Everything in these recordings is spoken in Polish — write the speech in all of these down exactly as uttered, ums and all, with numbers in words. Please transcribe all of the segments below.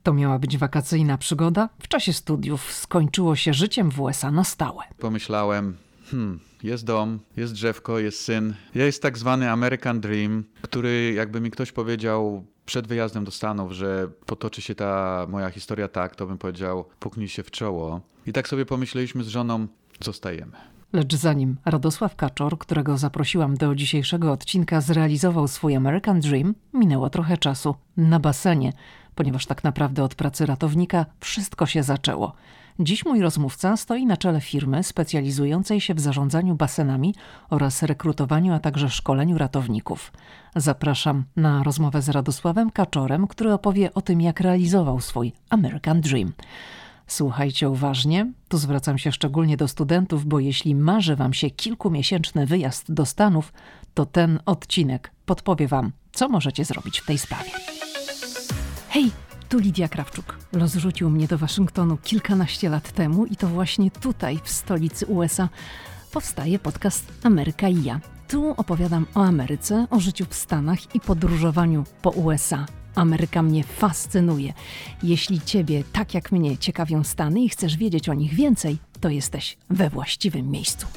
To miała być wakacyjna przygoda. W czasie studiów skończyło się życiem w U S A na stałe. Pomyślałem, hmm, jest dom, jest drzewko, jest syn. Jest tak zwany American Dream, który jakby mi ktoś powiedział przed wyjazdem do Stanów, że potoczy się ta moja historia tak, to bym powiedział, puknij się w czoło. I tak sobie pomyśleliśmy z żoną, zostajemy. Lecz zanim Radosław Kaczor, którego zaprosiłam do dzisiejszego odcinka, zrealizował swój American Dream, minęło trochę czasu na basenie, ponieważ tak naprawdę od pracy ratownika wszystko się zaczęło. Dziś mój rozmówca stoi na czele firmy specjalizującej się w zarządzaniu basenami oraz rekrutowaniu, a także szkoleniu ratowników. Zapraszam na rozmowę z Radosławem Kaczorem, który opowie o tym, jak realizował swój American Dream. Słuchajcie uważnie, tu zwracam się szczególnie do studentów, bo jeśli marzy wam się kilkumiesięczny wyjazd do Stanów, to ten odcinek podpowie wam, co możecie zrobić w tej sprawie. Hej, tu Lidia Krawczuk. Los rzucił mnie do Waszyngtonu kilkanaście lat temu i to właśnie tutaj, w stolicy U S A, powstaje podcast Ameryka i ja. Tu opowiadam o Ameryce, o życiu w Stanach i podróżowaniu po U S A. Ameryka mnie fascynuje. Jeśli ciebie, tak jak mnie, ciekawią Stany i chcesz wiedzieć o nich więcej, to jesteś we właściwym miejscu.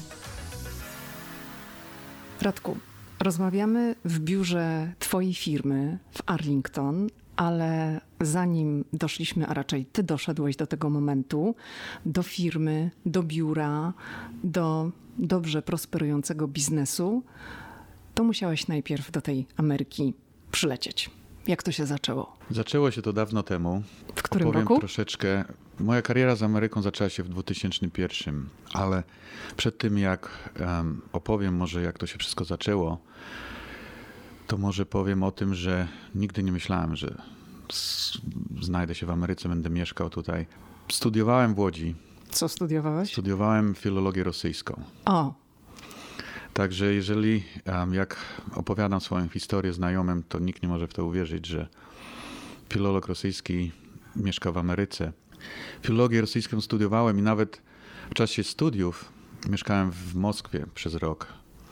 Radku, rozmawiamy w biurze twojej firmy w Arlington, ale zanim doszliśmy, a raczej ty doszedłeś do tego momentu, do firmy, do biura, do dobrze prosperującego biznesu, to musiałeś najpierw do tej Ameryki przylecieć. Jak to się zaczęło? Zaczęło się to dawno temu. W którym Opowiem roku? troszeczkę. Moja kariera z Ameryką zaczęła się w dwa tysiące pierwszym, ale przed tym jak um, opowiem może jak to się wszystko zaczęło, to może powiem o tym, że nigdy nie myślałem, że znajdę się w Ameryce, będę mieszkał tutaj. Studiowałem w Łodzi. Co studiowałeś? Studiowałem filologię rosyjską. O! Także jeżeli, jak opowiadam swoją historię znajomym, to nikt nie może w to uwierzyć, że filolog rosyjski mieszka w Ameryce. Filologię rosyjską studiowałem i nawet w czasie studiów mieszkałem w Moskwie przez rok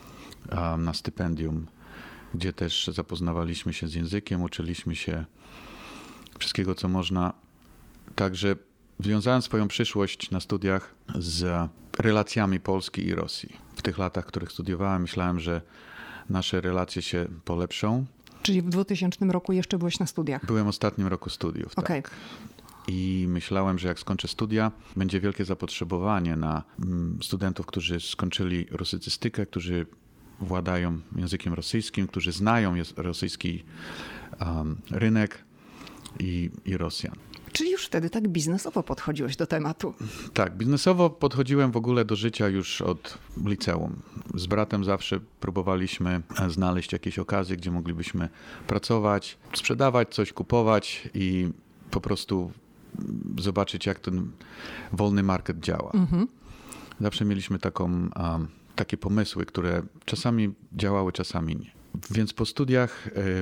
na stypendium, gdzie też zapoznawaliśmy się z językiem, uczyliśmy się wszystkiego, co można. Także wiązałem swoją przyszłość na studiach z relacjami Polski i Rosji. W tych latach, w których studiowałem, myślałem, że nasze relacje się polepszą. Czyli w dwutysięcznym roku jeszcze byłeś na studiach? Byłem w ostatnim roku studiów, okay. tak. I myślałem, że jak skończę studia, będzie wielkie zapotrzebowanie na studentów, którzy skończyli rusycystykę, którzy władają językiem rosyjskim, którzy znają rosyjski um, rynek i, i Rosjan. Czyli już wtedy tak biznesowo podchodziłeś do tematu? Tak, biznesowo podchodziłem w ogóle do życia już od liceum. Z bratem zawsze próbowaliśmy znaleźć jakieś okazje, gdzie moglibyśmy pracować, sprzedawać coś, kupować i po prostu zobaczyć, jak ten wolny market działa. Mhm. Zawsze mieliśmy taką, um, takie pomysły, które czasami działały, czasami nie. Więc po studiach... Y,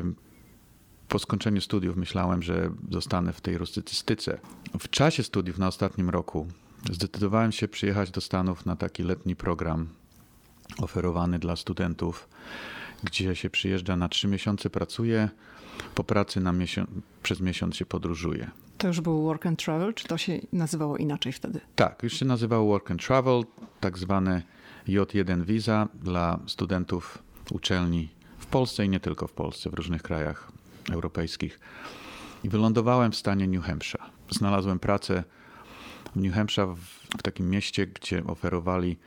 Po skończeniu studiów myślałem, że zostanę w tej rusycystyce. W czasie studiów na ostatnim roku zdecydowałem się przyjechać do Stanów na taki letni program oferowany dla studentów, gdzie się przyjeżdża na trzy miesiące, pracuje, po pracy na miesiąc, przez miesiąc się podróżuje. To już był work and travel, czy to się nazywało inaczej wtedy? Tak, już się nazywało work and travel, tak zwane J jeden visa dla studentów uczelni w Polsce i nie tylko w Polsce, w różnych krajach europejskich. I wylądowałem w stanie New Hampshire. Znalazłem pracę w New Hampshire, w, w takim mieście, gdzie oferowali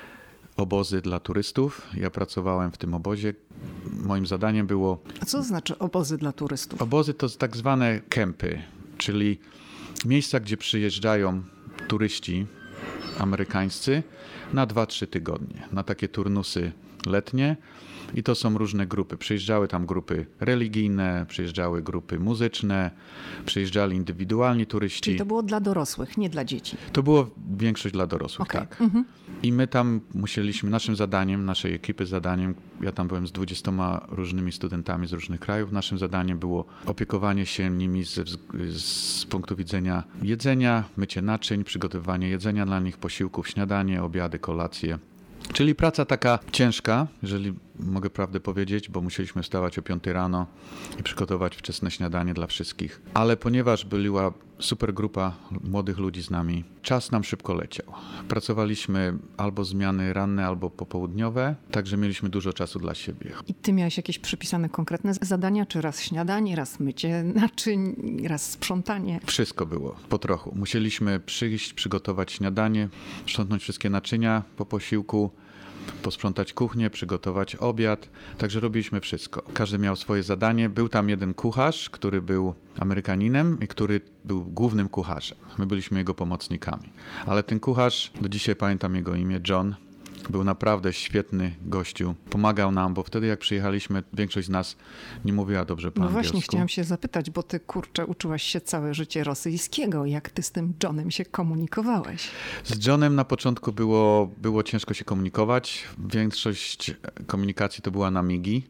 obozy dla turystów. Ja pracowałem w tym obozie. Moim zadaniem było... A co to znaczy obozy dla turystów? Obozy to tak zwane kempy, czyli miejsca, gdzie przyjeżdżają turyści amerykańscy na dwa trzy tygodnie, na takie turnusy letnie. I to są różne grupy. Przyjeżdżały tam grupy religijne, przyjeżdżały grupy muzyczne, przyjeżdżali indywidualni turyści. Czyli to było dla dorosłych, nie dla dzieci? To było większość dla dorosłych, okay. tak. Mhm. I my tam musieliśmy, naszym zadaniem, naszej ekipy zadaniem, ja tam byłem z dwudziestoma różnymi studentami z różnych krajów, naszym zadaniem było opiekowanie się nimi z, z, z punktu widzenia jedzenia, mycie naczyń, przygotowywanie jedzenia dla nich, posiłków, śniadanie, obiady, kolacje. Czyli praca taka ciężka, jeżeli mogę prawdę powiedzieć, bo musieliśmy wstawać o piątej rano i przygotować wczesne śniadanie dla wszystkich. Ale ponieważ była super grupa młodych ludzi z nami, czas nam szybko leciał. Pracowaliśmy albo zmiany ranne, albo popołudniowe, także mieliśmy dużo czasu dla siebie. I ty miałeś jakieś przypisane konkretne zadania, czy raz śniadanie, raz mycie naczyń, raz sprzątanie? Wszystko było, po trochu. Musieliśmy przyjść, przygotować śniadanie, sprzątnąć wszystkie naczynia po posiłku, posprzątać kuchnię, przygotować obiad, także robiliśmy wszystko. Każdy miał swoje zadanie. Był tam jeden kucharz, który był Amerykaninem i który był głównym kucharzem. My byliśmy jego pomocnikami. Ale ten kucharz, do dzisiaj pamiętam jego imię, John, był naprawdę świetny gościu. Pomagał nam, bo wtedy jak przyjechaliśmy, większość z nas nie mówiła dobrze po no angielsku. No właśnie, chciałam się zapytać, bo ty, kurczę, uczyłaś się całe życie rosyjskiego. Jak ty z tym Johnem się komunikowałeś? Z Johnem na początku było, było ciężko się komunikować. Większość komunikacji to była na migi.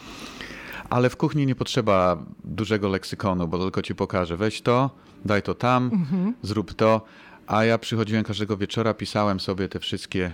Ale w kuchni nie potrzeba dużego leksykonu, bo tylko ci pokażę. Weź to, daj to tam, mhm. zrób to. A ja przychodziłem każdego wieczora, pisałem sobie te wszystkie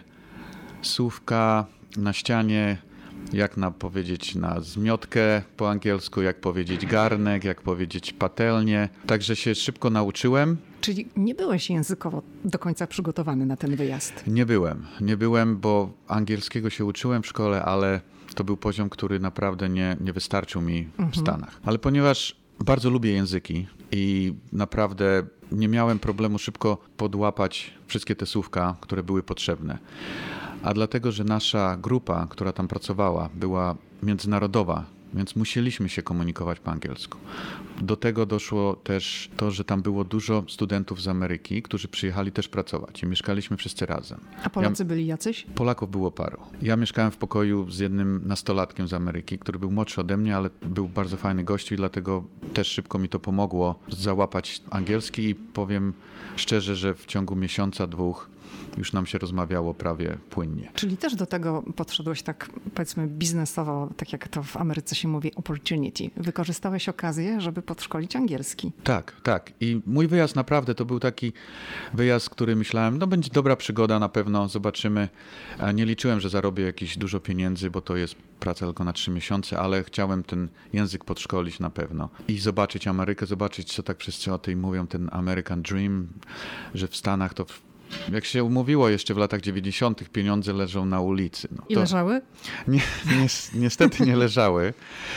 słówka na ścianie, jak na powiedzieć na zmiotkę po angielsku, jak powiedzieć garnek, jak powiedzieć patelnię. Także się szybko nauczyłem. Czyli nie byłeś językowo do końca przygotowany na ten wyjazd? Nie byłem. Nie byłem, bo angielskiego się uczyłem w szkole, ale to był poziom, który naprawdę nie, nie wystarczył mi w mhm. Stanach. Ale ponieważ bardzo lubię języki i naprawdę nie miałem problemu szybko podłapać wszystkie te słówka, które były potrzebne. A dlatego, że nasza grupa, która tam pracowała, była międzynarodowa, więc musieliśmy się komunikować po angielsku. Do tego doszło też to, że tam było dużo studentów z Ameryki, którzy przyjechali też pracować i mieszkaliśmy wszyscy razem. A Polacy ja, byli jacyś? Polaków było paru. Ja mieszkałem w pokoju z jednym nastolatkiem z Ameryki, który był młodszy ode mnie, ale był bardzo fajny gościu i dlatego też szybko mi to pomogło załapać angielski i powiem szczerze, że w ciągu miesiąca, dwóch już nam się rozmawiało prawie płynnie. Czyli też do tego podszedłeś tak, powiedzmy, biznesowo, tak jak to w Ameryce się mówi, opportunity. Wykorzystałeś okazję, żeby podszkolić angielski. Tak, tak. I mój wyjazd naprawdę to był taki wyjazd, który myślałem, no będzie dobra przygoda na pewno, zobaczymy. Nie liczyłem, że zarobię jakieś dużo pieniędzy, bo to jest praca tylko na trzy miesiące, ale chciałem ten język podszkolić na pewno. I zobaczyć Amerykę, zobaczyć, co tak wszyscy o tej mówią, ten American Dream, że w Stanach to jak się umówiło jeszcze w latach dziewięćdziesiątych, pieniądze leżą na ulicy. No I to leżały? Ni, ni, niestety nie leżały,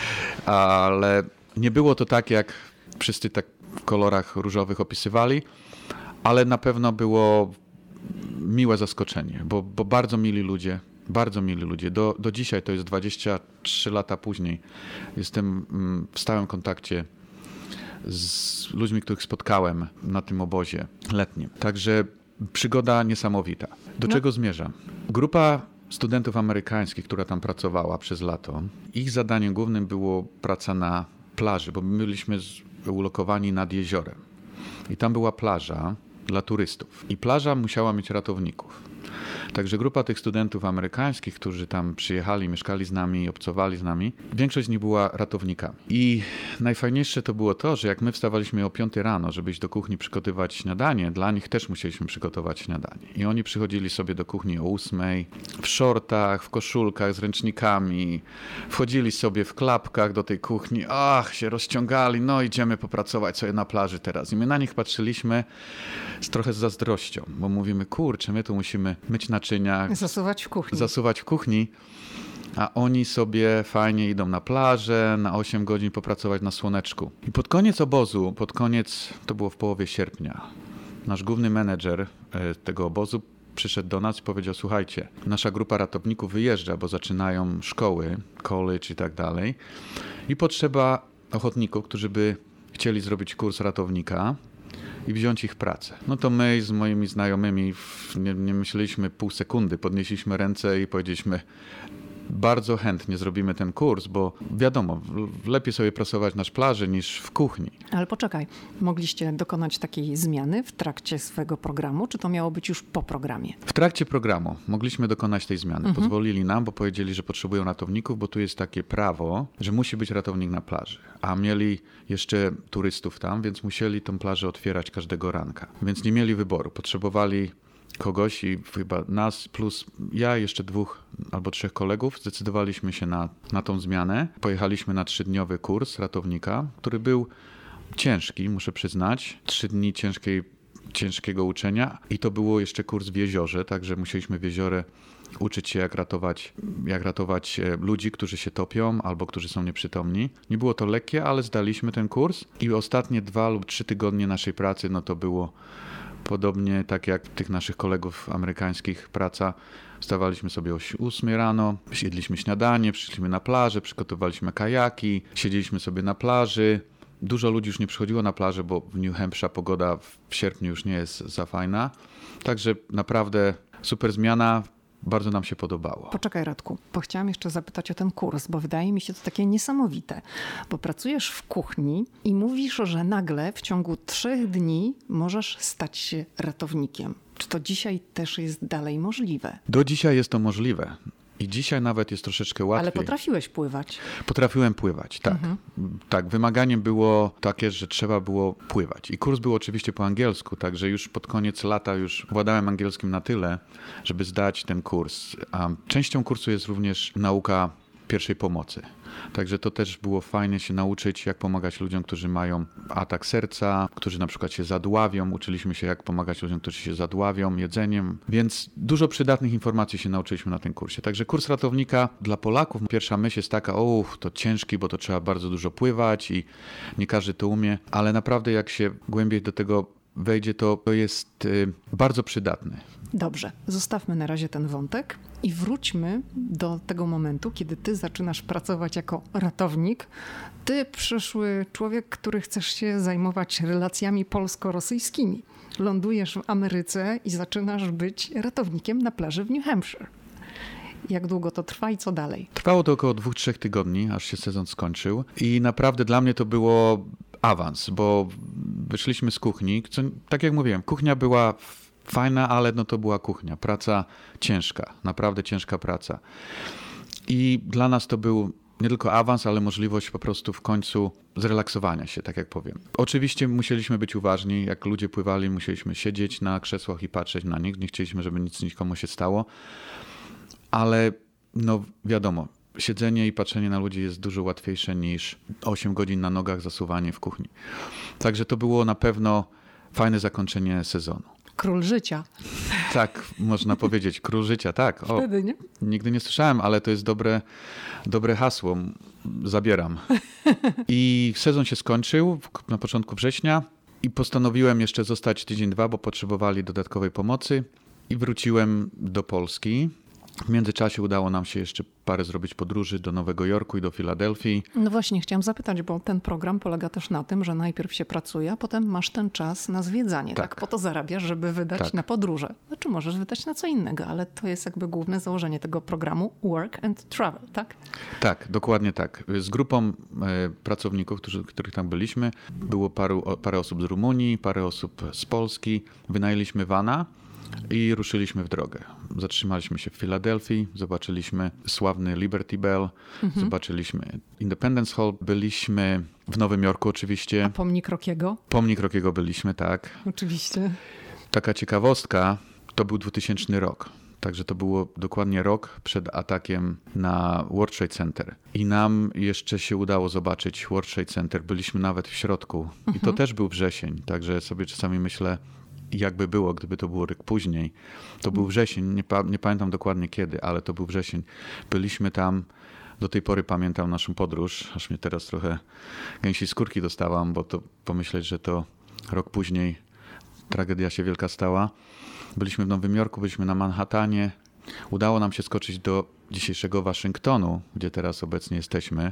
ale nie było to tak, jak wszyscy tak w kolorach różowych opisywali, ale na pewno było miłe zaskoczenie, bo, bo bardzo mili ludzie, bardzo mili ludzie. Do, do dzisiaj, to jest dwadzieścia trzy lata później, jestem w stałym kontakcie z ludźmi, których spotkałem na tym obozie letnim. Także przygoda niesamowita. Do no. czego zmierzam? Grupa studentów amerykańskich, która tam pracowała przez lato, ich zadaniem głównym było praca na plaży, bo my byliśmy ulokowani nad jeziorem. I tam była plaża dla turystów. I plaża musiała mieć ratowników. Także grupa tych studentów amerykańskich, którzy tam przyjechali, mieszkali z nami, obcowali z nami, większość z nich była ratownikami. I najfajniejsze to było to, że jak my wstawaliśmy o piątej rano, żeby iść do kuchni przygotować śniadanie, dla nich też musieliśmy przygotować śniadanie. I oni przychodzili sobie do kuchni o ósmej, w szortach, w koszulkach z ręcznikami, wchodzili sobie w klapkach do tej kuchni, ach, się rozciągali, no idziemy popracować sobie na plaży teraz. I my na nich patrzyliśmy z trochę z zazdrością, bo mówimy, kurczę, my tu musimy myć naczynia, zasuwać w kuchni. Zasuwać w kuchni, a oni sobie fajnie idą na plażę, na osiem godzin popracować na słoneczku. I pod koniec obozu, pod koniec, to było w połowie sierpnia, nasz główny menedżer tego obozu przyszedł do nas i powiedział, słuchajcie, nasza grupa ratowników wyjeżdża, bo zaczynają szkoły, college i tak dalej i potrzeba ochotników, którzy by chcieli zrobić kurs ratownika i wziąć ich pracę. No to my z moimi znajomymi nie, nie myśleliśmy pół sekundy, podnieśliśmy ręce i powiedzieliśmy, bardzo chętnie zrobimy ten kurs, bo wiadomo, lepiej sobie pracować na plaży niż w kuchni. Ale poczekaj, mogliście dokonać takiej zmiany w trakcie swojego programu, czy to miało być już po programie? W trakcie programu mogliśmy dokonać tej zmiany. Mhm. Pozwolili nam, bo powiedzieli, że potrzebują ratowników, bo tu jest takie prawo, że musi być ratownik na plaży. A mieli jeszcze turystów tam, więc musieli tą plażę otwierać każdego ranka. Więc nie mieli wyboru. Potrzebowali kogoś i chyba nas plus ja, jeszcze dwóch albo trzech kolegów zdecydowaliśmy się na, na tą zmianę. Pojechaliśmy na trzydniowy kurs ratownika, który był ciężki, muszę przyznać. Trzy dni ciężkiej, ciężkiego uczenia i to było jeszcze kurs w jeziorze, także musieliśmy w jeziorze uczyć się jak ratować, jak ratować ludzi, którzy się topią albo którzy są nieprzytomni. Nie było to lekkie, ale zdaliśmy ten kurs i ostatnie dwa lub trzy tygodnie naszej pracy, no to było podobnie tak jak tych naszych kolegów amerykańskich praca. Wstawaliśmy sobie o ósmej rano, jedliśmy śniadanie, przyszliśmy na plażę, przygotowaliśmy kajaki, siedzieliśmy sobie na plaży. Dużo ludzi już nie przychodziło na plażę, bo w New Hampshire pogoda w sierpniu już nie jest za fajna. Także naprawdę super zmiana. Bardzo nam się podobało. Poczekaj, Radku, bo chciałam jeszcze zapytać o ten kurs, bo wydaje mi się to takie niesamowite, bo pracujesz w kuchni i mówisz, że nagle w ciągu trzech dni możesz stać się ratownikiem. Czy to dzisiaj też jest dalej możliwe? Do dzisiaj jest to możliwe. I dzisiaj nawet jest troszeczkę łatwiej. Ale potrafiłeś pływać? Potrafiłem pływać, tak. Mhm. Tak, wymaganiem było takie, że trzeba było pływać. I kurs był oczywiście po angielsku, także już pod koniec lata już władałem angielskim na tyle, żeby zdać ten kurs. A częścią kursu jest również nauka pierwszej pomocy. Także to też było fajnie się nauczyć, jak pomagać ludziom, którzy mają atak serca, którzy na przykład się zadławią. Uczyliśmy się, jak pomagać ludziom, którzy się zadławią jedzeniem. Więc dużo przydatnych informacji się nauczyliśmy na tym kursie. Także kurs ratownika dla Polaków, pierwsza myśl jest taka, o, to ciężki, bo to trzeba bardzo dużo pływać i nie każdy to umie. Ale naprawdę jak się głębiej do tego wejdzie, to, to jest y, bardzo przydatny. Dobrze, zostawmy na razie ten wątek i wróćmy do tego momentu, kiedy ty zaczynasz pracować jako ratownik. Ty, przyszły człowiek, który chcesz się zajmować relacjami polsko-rosyjskimi. Lądujesz w Ameryce i zaczynasz być ratownikiem na plaży w New Hampshire. Jak długo to trwa i co dalej? Trwało to około dwóch, trzech tygodni, aż się sezon skończył i naprawdę dla mnie to było awans, bo wyszliśmy z kuchni, co, tak jak mówiłem, kuchnia była fajna, ale no to była kuchnia, praca ciężka, naprawdę ciężka praca. I dla nas to był nie tylko awans, ale możliwość po prostu w końcu zrelaksowania się, tak jak powiem. Oczywiście musieliśmy być uważni, jak ludzie pływali, musieliśmy siedzieć na krzesłach i patrzeć na nich, nie chcieliśmy, żeby nic nikomu się stało, ale no wiadomo, siedzenie i patrzenie na ludzi jest dużo łatwiejsze niż osiem godzin na nogach zasuwanie w kuchni. Także to było na pewno fajne zakończenie sezonu. Król życia. Tak, można powiedzieć. Król życia, tak. O, wtedy, nie? Nigdy nie słyszałem, ale to jest dobre, dobre hasło. Zabieram. I sezon się skończył na początku września i postanowiłem jeszcze zostać tydzień, dwa, bo potrzebowali dodatkowej pomocy i wróciłem do Polski. W międzyczasie udało nam się jeszcze parę zrobić podróży do Nowego Jorku i do Filadelfii. No właśnie, chciałam zapytać, bo ten program polega też na tym, że najpierw się pracuje, a potem masz ten czas na zwiedzanie. Tak, tak? Po to zarabiasz, żeby wydać tak. na podróże. Znaczy możesz wydać na co innego, ale to jest jakby główne założenie tego programu Work and Travel, tak? Tak, dokładnie tak. Z grupą e, pracowników, którzy, których tam byliśmy, było paru, o, parę osób z Rumunii, parę osób z Polski. Wynajęliśmy vana i ruszyliśmy w drogę. Zatrzymaliśmy się w Filadelfii, zobaczyliśmy sławny Liberty Bell, mhm. zobaczyliśmy Independence Hall, byliśmy w Nowym Jorku oczywiście. A pomnik Rockiego? Pomnik Rockiego byliśmy, tak. Oczywiście. Taka ciekawostka, to był dwutysięczny rok. Także to było dokładnie rok przed atakiem na World Trade Center. I nam jeszcze się udało zobaczyć World Trade Center. Byliśmy nawet w środku. Mhm. I to też był wrzesień, także sobie czasami myślę, jakby było, gdyby to było rok później. To był wrzesień, nie, pa, nie pamiętam dokładnie kiedy, ale to był wrzesień. Byliśmy tam, do tej pory pamiętam naszą podróż, aż mnie teraz trochę gęsiej skórki dostałam, bo to pomyśleć, że to rok później tragedia się wielka stała. Byliśmy w Nowym Jorku, byliśmy na Manhattanie. Udało nam się skoczyć do dzisiejszego Waszyngtonu, gdzie teraz obecnie jesteśmy.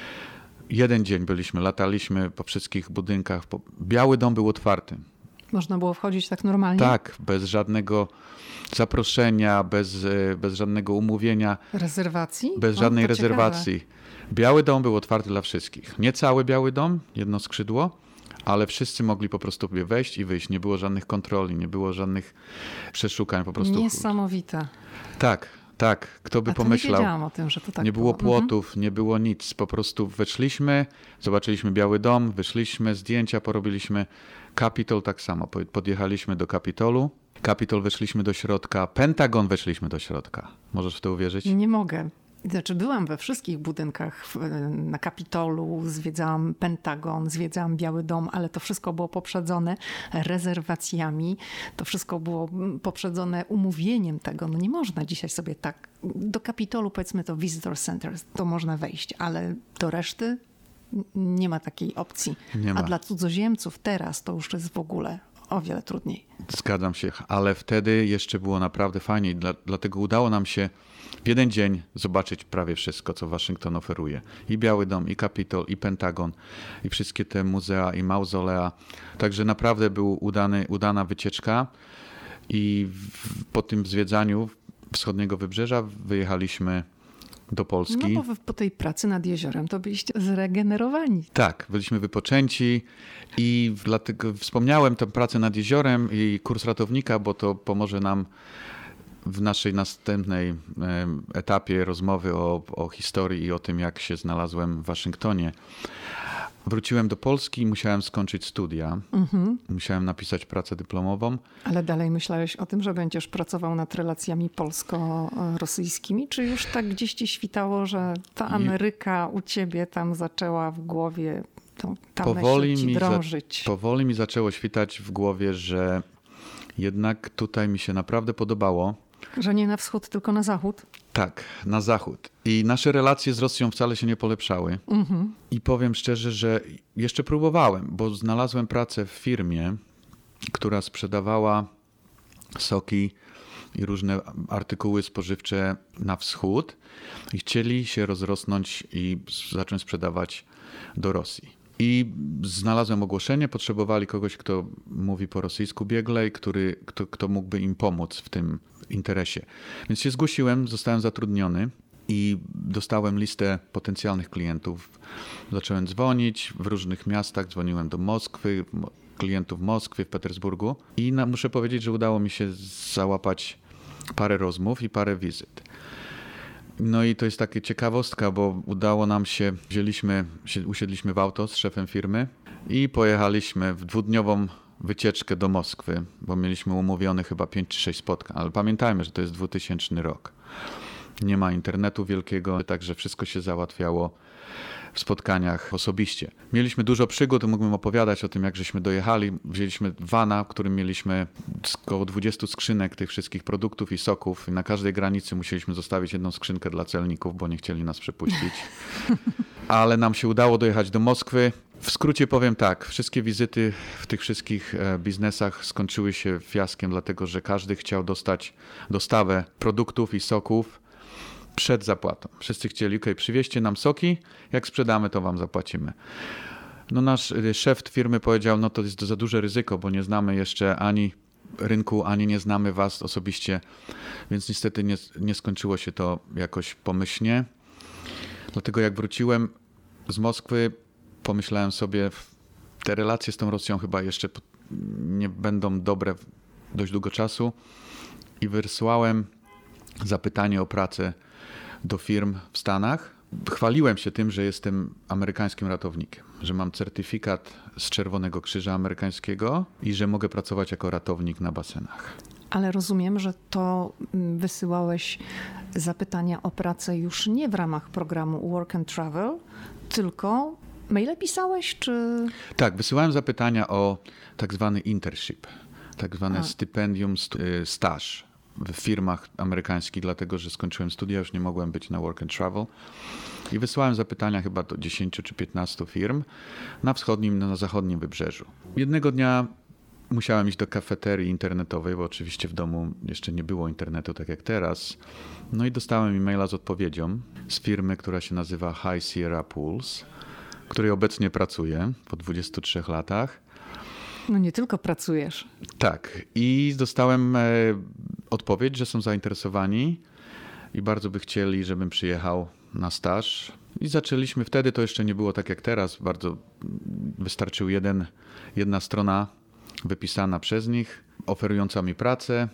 Jeden dzień byliśmy, lataliśmy po wszystkich budynkach. Biały Dom był otwarty. Można było wchodzić tak normalnie? Tak, bez żadnego zaproszenia, bez, bez żadnego umówienia. Rezerwacji? Bez o, żadnej rezerwacji. Ciekawe. Biały Dom był otwarty dla wszystkich. Nie cały Biały Dom, jedno skrzydło, ale wszyscy mogli po prostu wejść i wyjść. Nie było żadnych kontroli, nie było żadnych przeszukań. Po prostu. Niesamowite. Tak, tak. Kto by A to pomyślał. Nie wiedziałam o tym, że to tak Nie było, było płotów, mhm. nie było nic. Po prostu weszliśmy, zobaczyliśmy Biały Dom, wyszliśmy, zdjęcia porobiliśmy. Kapitol tak samo. Podjechaliśmy do Kapitolu. Capitol weszliśmy do środka, Pentagon weszliśmy do środka. Możesz w to uwierzyć? Nie mogę. Znaczy byłam we wszystkich budynkach na Kapitolu, zwiedzałam Pentagon, zwiedzałam Biały Dom, ale to wszystko było poprzedzone rezerwacjami, to wszystko było poprzedzone umówieniem tego. No nie można dzisiaj sobie tak, do Kapitolu powiedzmy to Visitor Center, to można wejść, ale do reszty nie ma takiej opcji. Nie ma. A dla cudzoziemców teraz to już jest w ogóle o wiele trudniej. Zgadzam się, ale wtedy jeszcze było naprawdę fajnie i dla, dlatego udało nam się w jeden dzień zobaczyć prawie wszystko, co Waszyngton oferuje. I Biały Dom, i Kapitol, i Pentagon, i wszystkie te muzea, i mauzolea. Także naprawdę był udany, udana wycieczka i w, po tym zwiedzaniu wschodniego wybrzeża wyjechaliśmy do Polski. No bo wy po tej pracy nad jeziorem to byliście zregenerowani. Tak, byliśmy wypoczęci i dlatego wspomniałem tę pracę nad jeziorem i kurs ratownika, bo to pomoże nam w naszej następnej etapie rozmowy o, o historii i o tym, jak się znalazłem w Waszyngtonie. Wróciłem do Polski i musiałem skończyć studia. Mhm. Musiałem napisać pracę dyplomową. Ale dalej myślałeś o tym, że będziesz pracował nad relacjami polsko-rosyjskimi? Czy już tak gdzieś ci świtało, że ta Ameryka u ciebie tam zaczęła w głowie tą, ta powoli myśl ci drążyć? Za, powoli mi zaczęło świtać w głowie, że jednak tutaj mi się naprawdę podobało. Że nie na wschód, tylko na zachód? Tak, na zachód. I nasze relacje z Rosją wcale się nie polepszały. Mhm. I powiem szczerze, że jeszcze próbowałem, bo znalazłem pracę w firmie, która sprzedawała soki i różne artykuły spożywcze na wschód i chcieli się rozrosnąć i zacząć sprzedawać do Rosji. I znalazłem ogłoszenie, potrzebowali kogoś, kto mówi po rosyjsku biegle i który, kto, kto mógłby im pomóc w tym interesie. Więc się zgłosiłem, zostałem zatrudniony i dostałem listę potencjalnych klientów. Zacząłem dzwonić w różnych miastach, dzwoniłem do Moskwy, klientów w Moskwie, w Petersburgu i na, muszę powiedzieć, że udało mi się załapać parę rozmów i parę wizyt. No i to jest taka ciekawostka, bo udało nam się, wzięliśmy, usiedliśmy w auto z szefem firmy i pojechaliśmy w dwudniową wycieczkę do Moskwy, bo mieliśmy umówione chyba pięć czy sześć spotkań, ale pamiętajmy, że to jest dwutysięczny rok. Nie ma internetu wielkiego, także wszystko się załatwiało w spotkaniach osobiście. Mieliśmy dużo przygód, mógłbym opowiadać o tym, jak żeśmy dojechali. Wzięliśmy vana, w którym mieliśmy około dwudziestu skrzynek tych wszystkich produktów i soków. I na każdej granicy musieliśmy zostawić jedną skrzynkę dla celników, bo nie chcieli nas przepuścić. Ale nam się udało dojechać do Moskwy. W skrócie powiem tak, wszystkie wizyty w tych wszystkich biznesach skończyły się fiaskiem, dlatego że każdy chciał dostać dostawę produktów i soków przed zapłatą. Wszyscy chcieli, ok, przywieźcie nam soki, jak sprzedamy, to wam zapłacimy. No nasz szef firmy powiedział, no to jest za duże ryzyko, bo nie znamy jeszcze ani rynku, ani nie znamy was osobiście, więc niestety nie, nie skończyło się to jakoś pomyślnie. Dlatego jak wróciłem z Moskwy, pomyślałem sobie, te relacje z tą Rosją chyba jeszcze nie będą dobre dość długo czasu i wysłałem zapytanie o pracę do firm w Stanach. Chwaliłem się tym, że jestem amerykańskim ratownikiem, że mam certyfikat z Czerwonego Krzyża Amerykańskiego i że mogę pracować jako ratownik na basenach. Ale rozumiem, że to wysyłałeś zapytania o pracę już nie w ramach programu Work and Travel, tylko maile pisałeś, czy... Tak, wysyłałem zapytania o tak zwany internship, tak zwane A. stypendium, staż w firmach amerykańskich, dlatego że skończyłem studia, już nie mogłem być na Work and Travel. I wysłałem zapytania chyba do dziesięciu czy piętnastu firm na wschodnim, na zachodnim wybrzeżu. Jednego dnia musiałem iść do kafeterii internetowej, bo oczywiście w domu jeszcze nie było internetu tak jak teraz. No i dostałem e-maila z odpowiedzią z firmy, która się nazywa High Sierra Pools, w której obecnie pracuję po dwudziestu trzech latach. No nie tylko pracujesz. Tak. I dostałem e, odpowiedź, że są zainteresowani i bardzo by chcieli, żebym przyjechał na staż. I zaczęliśmy wtedy, to jeszcze nie było tak jak teraz, bardzo wystarczył jeden, jedna strona wypisana przez nich, oferująca mi pracę.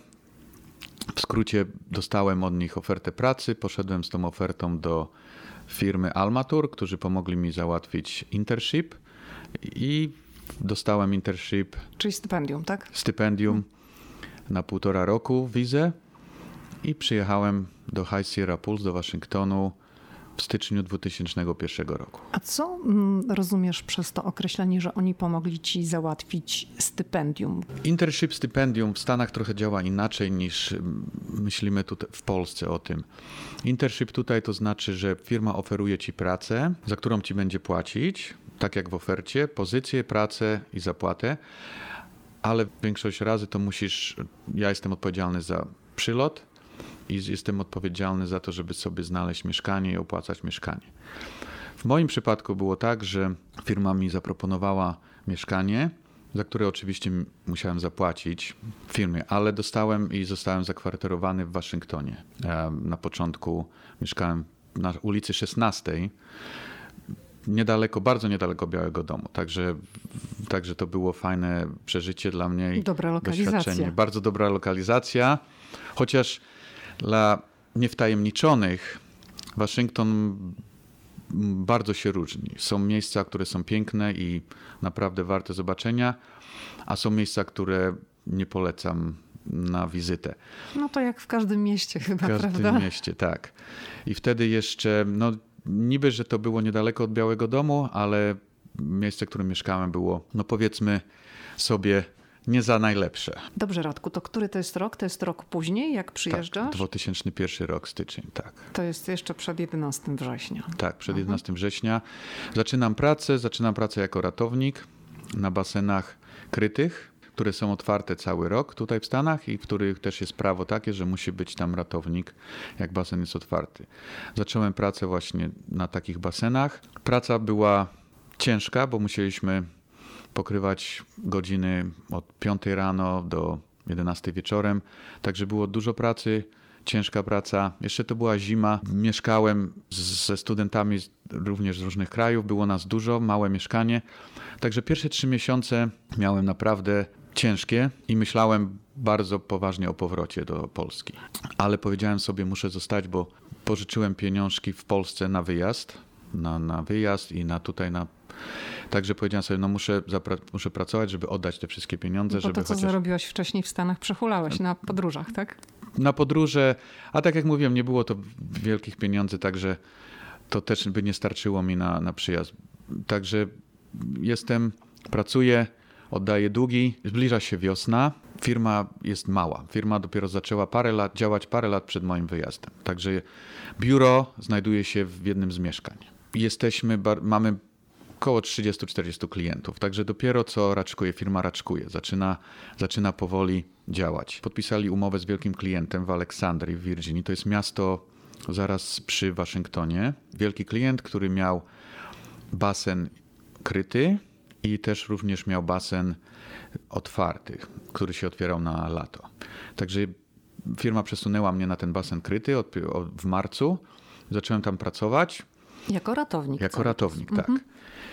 W skrócie dostałem od nich ofertę pracy, poszedłem z tą ofertą do firmy Almatur, którzy pomogli mi załatwić internship i dostałem internship. Czyli stypendium, tak? Stypendium na półtora roku wizę i przyjechałem do High Sierra Pools, do Waszyngtonu w styczniu dwutysięcznego pierwszego roku. A co mm, rozumiesz przez to określenie, że oni pomogli ci załatwić stypendium? Internship stypendium w Stanach trochę działa inaczej niż myślimy tutaj w Polsce o tym. Internship tutaj to znaczy, że firma oferuje ci pracę, za którą ci będzie płacić, tak jak w ofercie, pozycję, pracę i zapłatę, ale większość razy to musisz, ja jestem odpowiedzialny za przylot i jestem odpowiedzialny za to, żeby sobie znaleźć mieszkanie i opłacać mieszkanie. W moim przypadku było tak, że firma mi zaproponowała mieszkanie, za które oczywiście musiałem zapłacić firmie, ale dostałem i zostałem zakwaterowany w Waszyngtonie. Na początku mieszkałem na ulicy szesnastej, niedaleko, bardzo niedaleko Białego Domu, także, także to było fajne przeżycie dla mnie i dobra lokalizacja. Doświadczenie. Bardzo dobra lokalizacja, chociaż dla niewtajemniczonych Waszyngton bardzo się różni. Są miejsca, które są piękne i naprawdę warte zobaczenia, a są miejsca, które nie polecam na wizytę. No to jak w każdym mieście chyba, prawda? W każdym prawda? mieście, tak. I wtedy jeszcze, no niby, że to było niedaleko od Białego Domu, ale miejsce, w którym mieszkałem było, no powiedzmy sobie, nie za najlepsze. Dobrze, Radku, to który to jest rok? To jest rok później, jak przyjeżdżasz? Tak, dwa tysiące pierwszy rok, styczeń, tak. To jest jeszcze przed jedenastego września. Tak, przed jedenastego września. Zaczynam pracę, zaczynam pracę jako ratownik na basenach krytych, które są otwarte cały rok tutaj w Stanach i w których też jest prawo takie, że musi być tam ratownik, jak basen jest otwarty. Zacząłem pracę właśnie na takich basenach. Praca była ciężka, bo musieliśmy pokrywać godziny od piątej rano do jedenastej wieczorem, także było dużo pracy, ciężka praca. Jeszcze to była zima. Mieszkałem z, ze studentami również z różnych krajów, było nas dużo, małe mieszkanie. Także pierwsze trzy miesiące miałem naprawdę ciężkie i myślałem bardzo poważnie o powrocie do Polski. Ale powiedziałem sobie, muszę zostać, bo pożyczyłem pieniążki w Polsce na wyjazd, na, na wyjazd i na tutaj na... Także powiedziałem sobie, no muszę, zapra- muszę pracować, żeby oddać te wszystkie pieniądze. Bo żeby to, co chociaż... zarobiłaś wcześniej w Stanach, przehulałeś na podróżach, tak? Na podróże, a tak jak mówiłem, nie było to wielkich pieniędzy, także to też by nie starczyło mi na, na przyjazd. Także jestem, pracuję, oddaję długi, zbliża się wiosna, firma jest mała. Firma dopiero zaczęła parę lat, działać parę lat przed moim wyjazdem. Także biuro znajduje się w jednym z mieszkań. Jesteśmy, mamy około trzydziestu czterdziestu klientów, także dopiero co raczkuje, firma raczkuje, zaczyna, zaczyna powoli działać. Podpisali umowę z wielkim klientem w Aleksandrii w Virginii, to jest miasto zaraz przy Waszyngtonie. Wielki klient, który miał basen kryty i też również miał basen otwarty, który się otwierał na lato. Także firma przesunęła mnie na ten basen kryty od, od, w marcu, zacząłem tam pracować. Jako ratownik. Jako ratownik, tak. Mhm.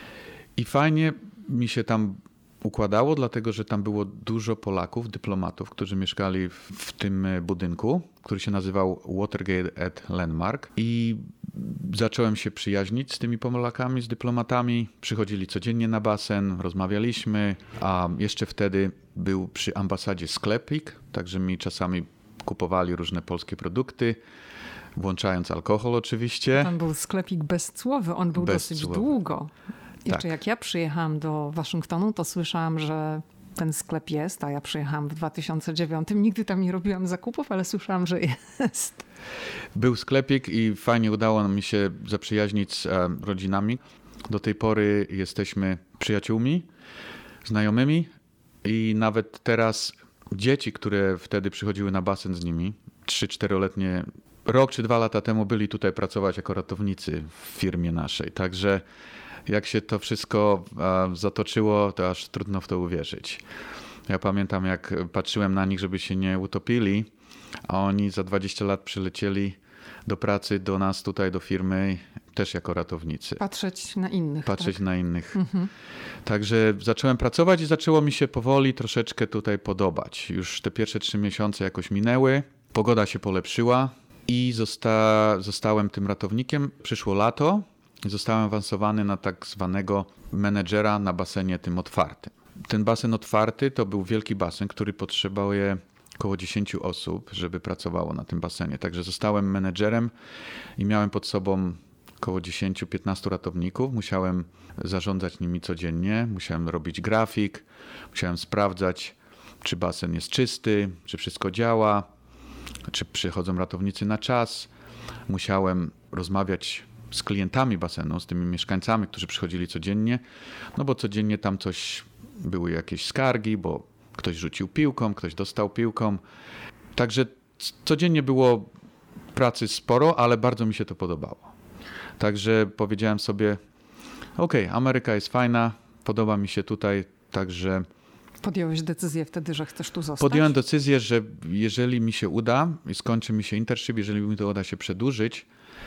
I fajnie mi się tam układało, dlatego że tam było dużo Polaków, dyplomatów, którzy mieszkali w, w tym budynku, który się nazywał Watergate at Landmark. I zacząłem się przyjaźnić z tymi Polakami, z dyplomatami. Przychodzili codziennie na basen, rozmawialiśmy, a jeszcze wtedy był przy ambasadzie sklepik, także mi czasami kupowali różne polskie produkty, włączając alkohol oczywiście. Tam był sklepik bezcłowy, on był dosyć Bezcłowy. długo. Jeszcze Tak. jak ja przyjechałam do Waszyngtonu, to słyszałam, że ten sklep jest, a ja przyjechałam w dwa tysiące dziewiątym. Nigdy tam nie robiłam zakupów, ale słyszałam, że jest. Był sklepik i fajnie udało mi się zaprzyjaźnić z e, rodzinami. Do tej pory jesteśmy przyjaciółmi, znajomymi i nawet teraz dzieci, które wtedy przychodziły na basen z nimi, trzy czteroletnie, rok czy dwa lata temu byli tutaj pracować jako ratownicy w firmie naszej. Także jak się to wszystko e, zatoczyło, to aż trudno w to uwierzyć. Ja pamiętam, jak patrzyłem na nich, żeby się nie utopili, a oni za dwadzieścia lat przylecieli do pracy, do nas tutaj, do firmy, też jako ratownicy. Patrzeć na innych. Patrzeć tak? na innych. Mhm. Także zacząłem pracować i zaczęło mi się powoli troszeczkę tutaj podobać. Już te pierwsze trzy miesiące jakoś minęły, pogoda się polepszyła i zosta- zostałem tym ratownikiem. Przyszło lato i zostałem awansowany na tak zwanego menedżera na basenie tym otwartym. Ten basen otwarty to był wielki basen, który potrzebuje około dziesięć osób, żeby pracowało na tym basenie. Także zostałem menedżerem i miałem pod sobą około dziesięć do piętnastu ratowników. Musiałem zarządzać nimi codziennie, musiałem robić grafik, musiałem sprawdzać, czy basen jest czysty, czy wszystko działa, czy przychodzą ratownicy na czas. Musiałem rozmawiać z klientami basenu, z tymi mieszkańcami, którzy przychodzili codziennie, no bo codziennie tam coś, były jakieś skargi, bo ktoś rzucił piłką, ktoś dostał piłką. Także codziennie było pracy sporo, ale bardzo mi się to podobało. Także powiedziałem sobie, okej, okay, Ameryka jest fajna, podoba mi się tutaj, także... Podjąłeś decyzję wtedy, że chcesz tu zostać? Podjąłem decyzję, że jeżeli mi się uda i skończy mi się internship, jeżeli mi to uda się przedłużyć,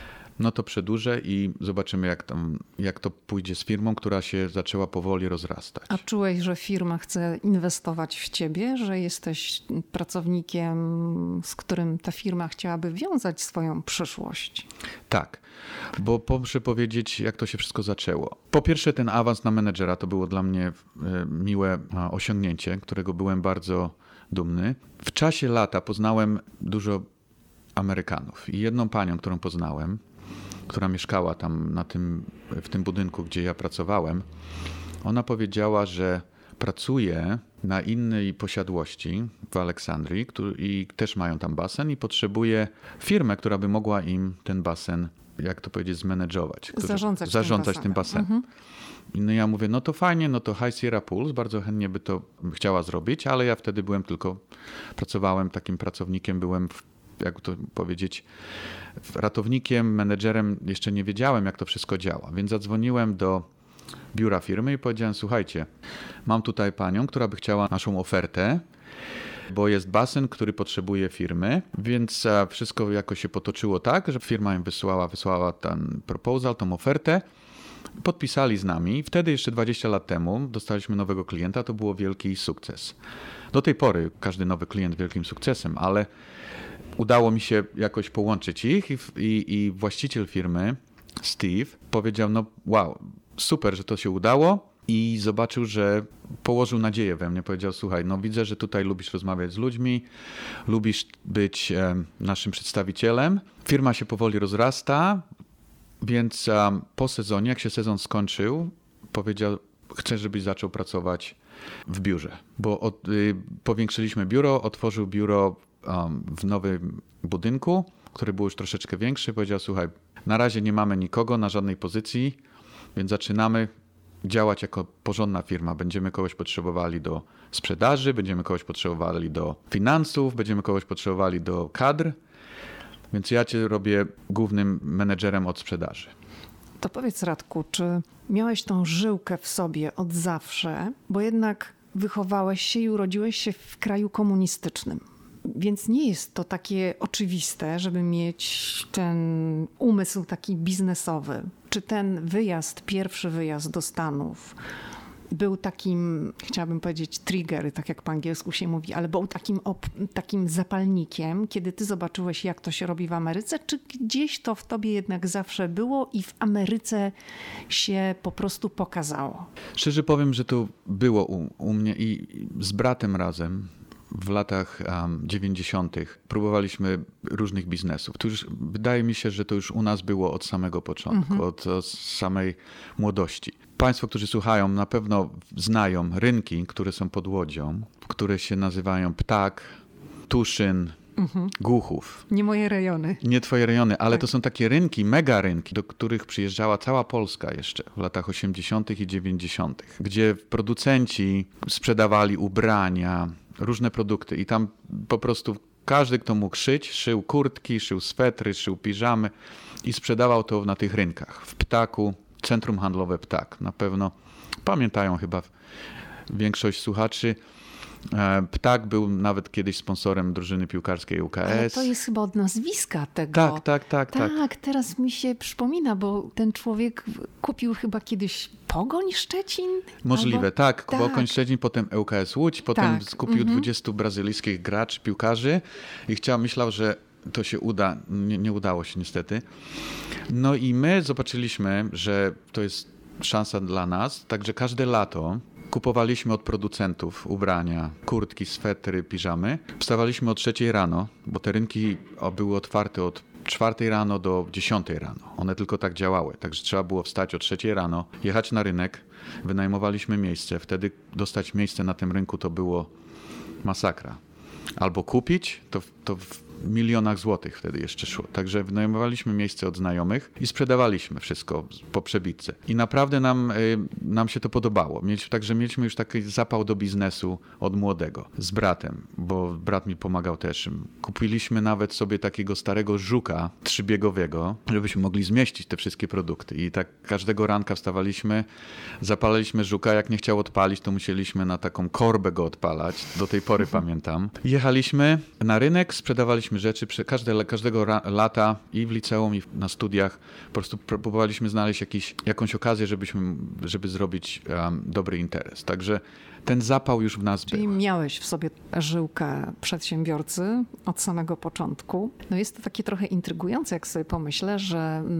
no to przedłużę i zobaczymy, jak, tam, jak to pójdzie z firmą, która się zaczęła powoli rozrastać. A czułeś, że firma chce inwestować w ciebie, że jesteś pracownikiem, z którym ta firma chciałaby wiązać swoją przyszłość? Tak, bo muszę powiedzieć, jak to się wszystko zaczęło. Po pierwsze, ten awans na menedżera to było dla mnie miłe osiągnięcie, którego byłem bardzo dumny. W czasie lata poznałem dużo Amerykanów i jedną panią, którą poznałem, która mieszkała tam na tym, w tym budynku, gdzie ja pracowałem, ona powiedziała, że pracuje na innej posiadłości w Aleksandrii który, i też mają tam basen i potrzebuje firmę, która by mogła im ten basen, jak to powiedzieć, zmenedżować. Który, zarządzać, zarządzać tym tym basenem. Mhm. I no ja mówię, no to fajnie, no to High Sierra Pools bardzo chętnie by to chciała zrobić, ale ja wtedy byłem tylko, pracowałem takim pracownikiem, byłem w jak to powiedzieć, ratownikiem, menedżerem, jeszcze nie wiedziałem, jak to wszystko działa. Więc zadzwoniłem do biura firmy i powiedziałem, słuchajcie, mam tutaj panią, która by chciała naszą ofertę, bo jest basen, który potrzebuje firmy, więc wszystko jakoś się potoczyło tak, że firma im wysłała, wysłała ten proposal, tą ofertę, podpisali z nami. Wtedy jeszcze dwadzieścia lat temu dostaliśmy nowego klienta, to było wielki sukces. Do tej pory każdy nowy klient wielkim sukcesem, ale udało mi się jakoś połączyć ich i, i, i właściciel firmy, Steve, powiedział, no wow, super, że to się udało i zobaczył, że położył nadzieję we mnie. Powiedział, słuchaj, no widzę, że tutaj lubisz rozmawiać z ludźmi, lubisz być e, naszym przedstawicielem. Firma się powoli rozrasta, więc e, po sezonie, jak się sezon skończył, powiedział, chcę, żebyś zaczął pracować w biurze, bo od, y, powiększyliśmy biuro, otworzył biuro um, w nowym budynku, który był już troszeczkę większy. Powiedział, słuchaj, na razie nie mamy nikogo na żadnej pozycji, więc zaczynamy działać jako porządna firma. Będziemy kogoś potrzebowali do sprzedaży, będziemy kogoś potrzebowali do finansów, będziemy kogoś potrzebowali do kadr, więc ja cię robię głównym menedżerem od sprzedaży. To powiedz, Radku, czy miałeś tą żyłkę w sobie od zawsze, bo jednak wychowałeś się i urodziłeś się w kraju komunistycznym. Więc nie jest to takie oczywiste, żeby mieć ten umysł taki biznesowy. Czy ten wyjazd, pierwszy wyjazd do Stanów był takim, chciałabym powiedzieć trigger, tak jak po angielsku się mówi, ale był takim, op, takim zapalnikiem, kiedy ty zobaczyłeś, jak to się robi w Ameryce, czy gdzieś to w tobie jednak zawsze było i w Ameryce się po prostu pokazało? Szczerze powiem, że to było u, u mnie i z bratem razem. W latach um, dziewięćdziesiątych próbowaliśmy różnych biznesów. To już, wydaje mi się, że to już u nas było od samego początku, mm-hmm. od, od samej młodości. Państwo, którzy słuchają, na pewno znają rynki, które są pod Łodzią, które się nazywają Ptak, Tuszyn, mm-hmm. Głuchów. Nie moje rejony. Nie twoje rejony, ale tak. To są takie rynki, mega rynki, do których przyjeżdżała cała Polska jeszcze w latach osiemdziesiątych i dziewięćdziesiątych, gdzie producenci sprzedawali ubrania, różne produkty i tam po prostu każdy, kto mógł szyć, szył kurtki, szył swetry, szył piżamy i sprzedawał to na tych rynkach. W Ptaku, centrum handlowe Ptak. Na pewno pamiętają chyba większość słuchaczy. Ptak był nawet kiedyś sponsorem drużyny piłkarskiej U K S. Ale to jest chyba od nazwiska tego. Tak, tak, tak. Tak, tak teraz mi się przypomina, bo ten człowiek kupił chyba kiedyś Pogoń Szczecin? Możliwe, albo... tak. tak. Pogoń Szczecin, potem U K S Łódź, potem tak. kupił mhm. dwudziestu brazylijskich graczy, piłkarzy i chciał, myślał, że to się uda. Nie, nie udało się niestety. No i my zobaczyliśmy, że to jest szansa dla nas, także każde lato kupowaliśmy od producentów ubrania, kurtki, swetry, piżamy. Wstawaliśmy o trzeciej rano, bo te rynki były otwarte od czwartej rano do dziesiątej rano. One tylko tak działały, także trzeba było wstać o trzeciej rano, jechać na rynek, wynajmowaliśmy miejsce. Wtedy dostać miejsce na tym rynku to było masakra. Albo kupić, to, to w milionach złotych wtedy jeszcze szło. Także wynajmowaliśmy miejsce od znajomych i sprzedawaliśmy wszystko po przebitce. I naprawdę nam, nam się to podobało. Mieliśmy, także mieliśmy już taki zapał do biznesu od młodego. Z bratem, bo brat mi pomagał też. Kupiliśmy nawet sobie takiego starego żuka trzybiegowego, żebyśmy mogli zmieścić te wszystkie produkty. I tak każdego ranka wstawaliśmy, zapalaliśmy żuka. Jak nie chciał odpalić, to musieliśmy na taką korbę go odpalać. Do tej pory pamiętam. Jechaliśmy na rynek, sprzedawaliśmy rzeczy każde, każdego ra, lata i w liceum, i na studiach. Po prostu próbowaliśmy znaleźć jakiś, jakąś okazję, żebyśmy, żeby zrobić um, dobry interes. Także ten zapał już w nas Czyli był. miałeś w sobie żyłkę przedsiębiorcy od samego początku. No jest to takie trochę intrygujące, jak sobie pomyślę, że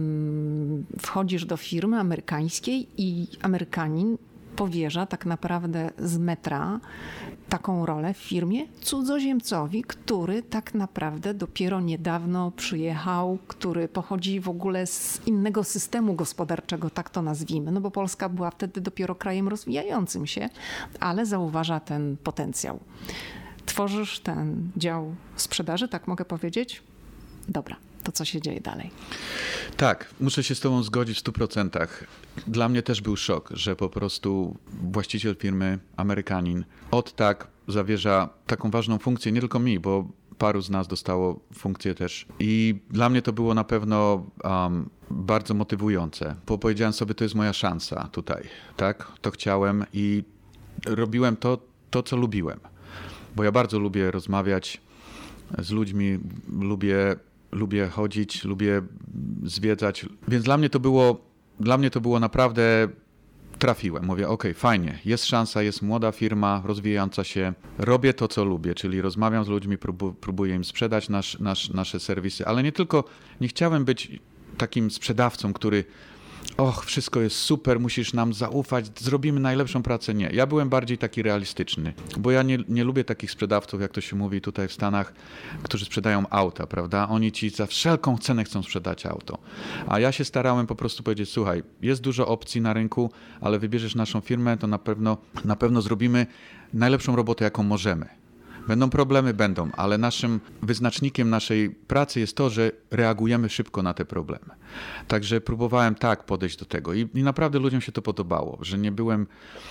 mm, wchodzisz do firmy amerykańskiej i Amerykanin powierza tak naprawdę z metra taką rolę w firmie cudzoziemcowi, który tak naprawdę dopiero niedawno przyjechał, który pochodzi w ogóle z innego systemu gospodarczego, tak to nazwijmy, no bo Polska była wtedy dopiero krajem rozwijającym się, ale zauważa ten potencjał. Tworzysz ten dział sprzedaży, tak mogę powiedzieć? Dobra. To, co się dzieje dalej. Tak, muszę się z tobą zgodzić w stu procentach. Dla mnie też był szok, że po prostu właściciel firmy, Amerykanin, od tak zawierza taką ważną funkcję, nie tylko mi, bo paru z nas dostało funkcję też. I dla mnie to było na pewno um, bardzo motywujące, bo powiedziałem sobie, to jest moja szansa tutaj, tak? To chciałem i robiłem to, to co lubiłem. Bo ja bardzo lubię rozmawiać z ludźmi, lubię Lubię chodzić, lubię zwiedzać, więc dla mnie to było, dla mnie to było naprawdę, trafiłem. Mówię, okej, okay, fajnie, jest szansa, jest młoda firma, rozwijająca się, robię to, co lubię, czyli rozmawiam z ludźmi, próbu, próbuję im sprzedać nasz, nasz, nasze serwisy, ale nie tylko, nie chciałem być takim sprzedawcą, który och, wszystko jest super, musisz nam zaufać, zrobimy najlepszą pracę. Nie, ja byłem bardziej taki realistyczny, bo ja nie, nie lubię takich sprzedawców, jak to się mówi tutaj w Stanach, którzy sprzedają auta, prawda? Oni ci za wszelką cenę chcą sprzedać auto. A ja się starałem po prostu powiedzieć, słuchaj, jest dużo opcji na rynku, ale wybierzesz naszą firmę, to na pewno, na pewno zrobimy najlepszą robotę, jaką możemy. Będą problemy, będą, ale naszym wyznacznikiem naszej pracy jest to, że reagujemy szybko na te problemy. Także próbowałem tak podejść do tego i, i naprawdę ludziom się to podobało, że nie byłem,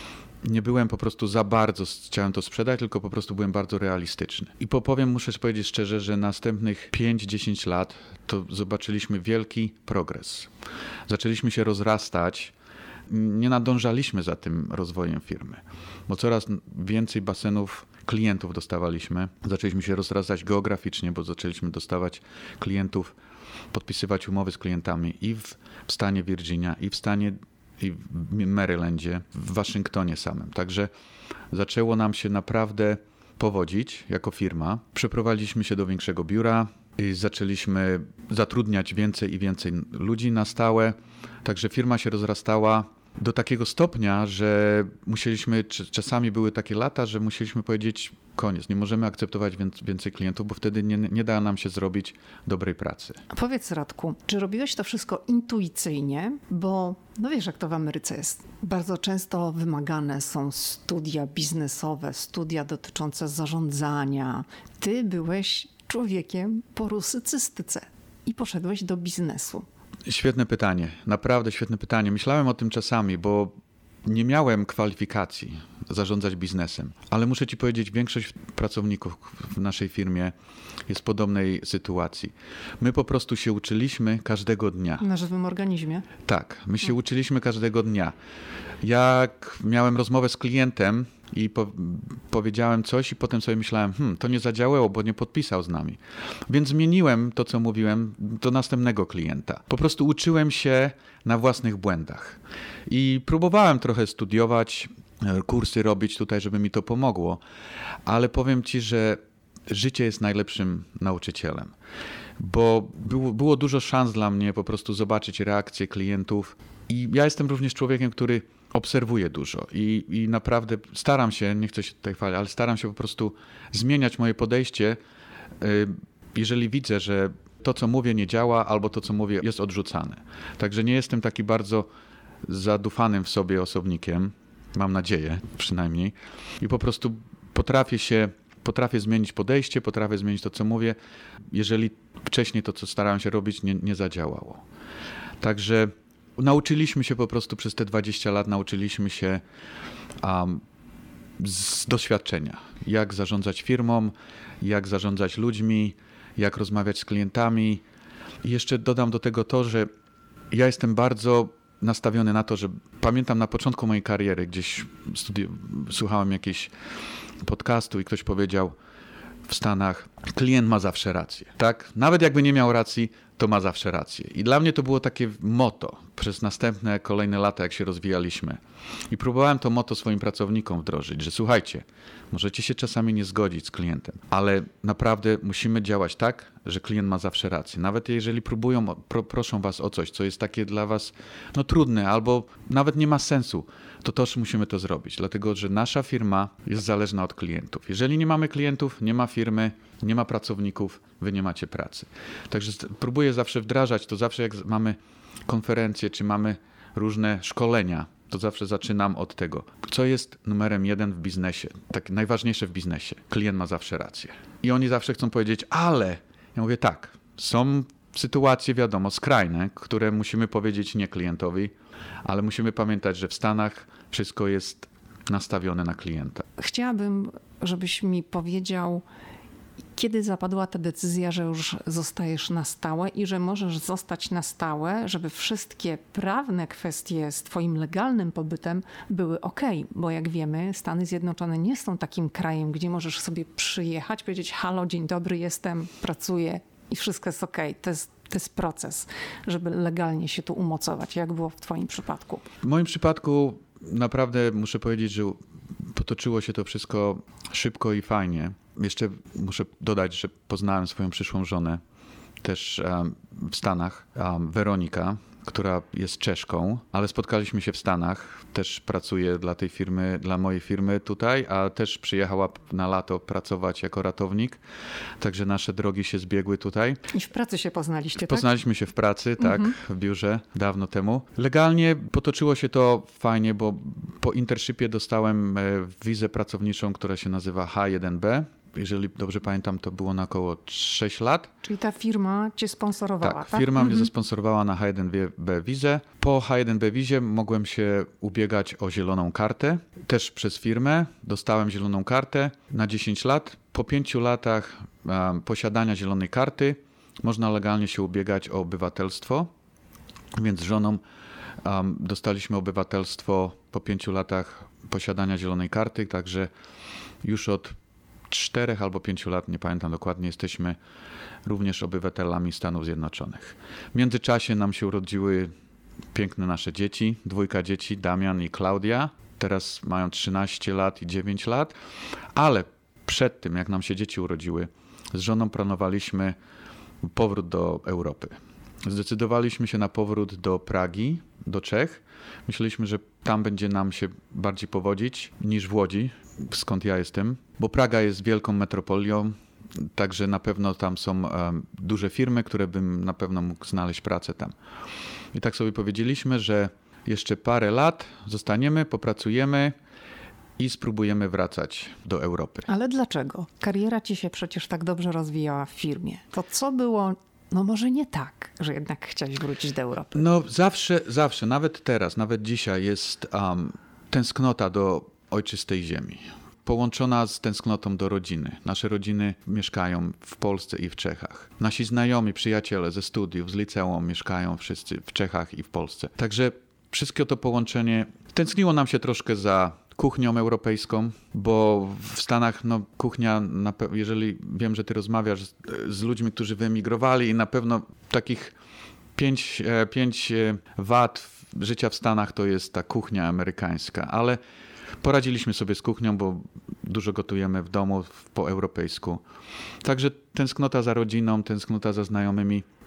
nie byłem po prostu za bardzo chciałem to sprzedać, tylko po prostu byłem bardzo realistyczny. I powiem, muszę powiedzieć szczerze, że następnych pięć dziesięć lat to zobaczyliśmy wielki progres. Zaczęliśmy się rozrastać. Nie nadążaliśmy za tym rozwojem firmy, bo coraz więcej basenów klientów dostawaliśmy. Zaczęliśmy się rozrastać geograficznie, bo zaczęliśmy dostawać klientów, podpisywać umowy z klientami i w, w stanie Virginia, i w stanie i w Marylandzie, w Waszyngtonie samym. Także zaczęło nam się naprawdę powodzić jako firma. Przeprowadziliśmy się do większego biura i zaczęliśmy zatrudniać więcej i więcej ludzi na stałe. Także firma się rozrastała do takiego stopnia, że musieliśmy, czasami były takie lata, że musieliśmy powiedzieć koniec, nie możemy akceptować więcej klientów, bo wtedy nie, nie da nam się zrobić dobrej pracy. Powiedz, Radku, czy robiłeś to wszystko intuicyjnie? Bo no wiesz, jak to w Ameryce jest. Bardzo często wymagane są studia biznesowe, studia dotyczące zarządzania. Ty byłeś człowiekiem po rusycystyce i poszedłeś do biznesu. Świetne pytanie, naprawdę świetne pytanie. Myślałem o tym czasami, bo nie miałem kwalifikacji zarządzać biznesem, ale muszę ci powiedzieć, większość pracowników w naszej firmie jest w podobnej sytuacji. My po prostu się uczyliśmy każdego dnia. Na żywym organizmie? Tak, my się uczyliśmy każdego dnia. Jak miałem rozmowę z klientem i po, powiedziałem coś i potem sobie myślałem, hmm, to nie zadziałało, bo nie podpisał z nami. Więc zmieniłem to, co mówiłem, do następnego klienta. Po prostu uczyłem się na własnych błędach. I próbowałem trochę studiować, kursy robić tutaj, żeby mi to pomogło, ale powiem ci, że życie jest najlepszym nauczycielem, bo było, było dużo szans dla mnie po prostu zobaczyć reakcje klientów i ja jestem również człowiekiem, który obserwuję dużo i, i naprawdę staram się, nie chcę się tutaj chwalić, ale staram się po prostu zmieniać moje podejście, jeżeli widzę, że to, co mówię, nie działa, albo to, co mówię, jest odrzucane. Także nie jestem taki bardzo zadufanym w sobie osobnikiem, mam nadzieję przynajmniej, i po prostu potrafię się, potrafię zmienić podejście, potrafię zmienić to, co mówię, jeżeli wcześniej to, co starałem się robić, nie, nie zadziałało. Także nauczyliśmy się po prostu przez te dwadzieścia lat, nauczyliśmy się um, z doświadczenia, jak zarządzać firmą, jak zarządzać ludźmi, jak rozmawiać z klientami. I jeszcze dodam do tego to, że ja jestem bardzo nastawiony na to, że pamiętam na początku mojej kariery, gdzieś studi- słuchałem jakiegoś podcastu i ktoś powiedział w Stanach, klient ma zawsze rację. Tak? Nawet jakby nie miał racji, to ma zawsze rację. I dla mnie to było takie motto przez następne, kolejne lata, jak się rozwijaliśmy. I próbowałem to motto swoim pracownikom wdrożyć, że słuchajcie, możecie się czasami nie zgodzić z klientem, ale naprawdę musimy działać tak, że klient ma zawsze rację. Nawet jeżeli próbują, pro, proszą was o coś, co jest takie dla was no, trudne albo nawet nie ma sensu, to też musimy to zrobić, dlatego że nasza firma jest zależna od klientów. Jeżeli nie mamy klientów, nie ma firmy, nie ma pracowników, wy nie macie pracy. Także próbuję zawsze wdrażać to, zawsze jak mamy konferencje, czy mamy różne szkolenia, to zawsze zaczynam od tego, co jest numerem jeden w biznesie, tak najważniejsze w biznesie. Klient ma zawsze rację. I oni zawsze chcą powiedzieć, ale, ja mówię tak, są sytuacje, wiadomo, skrajne, które musimy powiedzieć nie klientowi, ale musimy pamiętać, że w Stanach wszystko jest nastawione na klienta. Chciałabym, żebyś mi powiedział, kiedy zapadła ta decyzja, że już zostajesz na stałe i że możesz zostać na stałe, żeby wszystkie prawne kwestie z twoim legalnym pobytem były ok, bo jak wiemy, Stany Zjednoczone nie są takim krajem, gdzie możesz sobie przyjechać, powiedzieć halo, dzień dobry, jestem, pracuję i wszystko jest ok. To jest, to jest proces, żeby legalnie się tu umocować. Jak było w twoim przypadku? W moim przypadku naprawdę muszę powiedzieć, że potoczyło się to wszystko szybko i fajnie. Jeszcze muszę dodać, że poznałem swoją przyszłą żonę też w Stanach, Weronika, która jest Czeszką, ale spotkaliśmy się w Stanach. Też pracuje dla tej firmy, dla mojej firmy tutaj, a też przyjechała na lato pracować jako ratownik. Także nasze drogi się zbiegły tutaj. I w pracy się poznaliście, tak? Poznaliśmy się w pracy, tak, Mhm. w biurze dawno temu. Legalnie potoczyło się to fajnie, bo po internshipie dostałem wizę pracowniczą, która się nazywa H jeden B. Jeżeli dobrze pamiętam, to było na około sześć lat. Czyli ta firma cię sponsorowała, tak? Tak, firma mhm. mnie zasponsorowała na H jeden B wizę. Po H jeden B wizie mogłem się ubiegać o zieloną kartę. Też przez firmę dostałem zieloną kartę na dziesięć lat. Po pięciu latach um, posiadania zielonej karty można legalnie się ubiegać o obywatelstwo. Więc z żoną um, dostaliśmy obywatelstwo po pięciu latach posiadania zielonej karty. Także już od czterech albo pięciu lat, nie pamiętam dokładnie, jesteśmy również obywatelami Stanów Zjednoczonych. W międzyczasie nam się urodziły piękne nasze dzieci, dwójka dzieci, Damian i Klaudia. Teraz mają trzynaście lat i dziewięć lat, ale przed tym, jak nam się dzieci urodziły, z żoną planowaliśmy powrót do Europy. Zdecydowaliśmy się na powrót do Pragi, do Czech. Myśleliśmy, że tam będzie nam się bardziej powodzić niż w Łodzi, skąd ja jestem, bo Praga jest wielką metropolią, także na pewno tam są um, duże firmy, które bym na pewno mógł znaleźć pracę tam. I tak sobie powiedzieliśmy, że jeszcze parę lat zostaniemy, popracujemy i spróbujemy wracać do Europy. Ale dlaczego? Kariera ci się przecież tak dobrze rozwijała w firmie. To co było, no może nie tak, że jednak chciałeś wrócić do Europy? No zawsze, zawsze, nawet teraz, nawet dzisiaj jest um, tęsknota do ojczystej ziemi, połączona z tęsknotą do rodziny. Nasze rodziny mieszkają w Polsce i w Czechach. Nasi znajomi, przyjaciele ze studiów, z liceum mieszkają wszyscy w Czechach i w Polsce. Także wszystkie to połączenie tęskniło nam się troszkę za kuchnią europejską, bo w Stanach no, kuchnia, jeżeli wiem, że ty rozmawiasz z, z ludźmi, którzy wyemigrowali i na pewno takich pięć, pięć wad życia w Stanach to jest ta kuchnia amerykańska, ale poradziliśmy sobie z kuchnią, bo dużo gotujemy w domu po europejsku. Także tęsknota za rodziną, tęsknota za znajomymi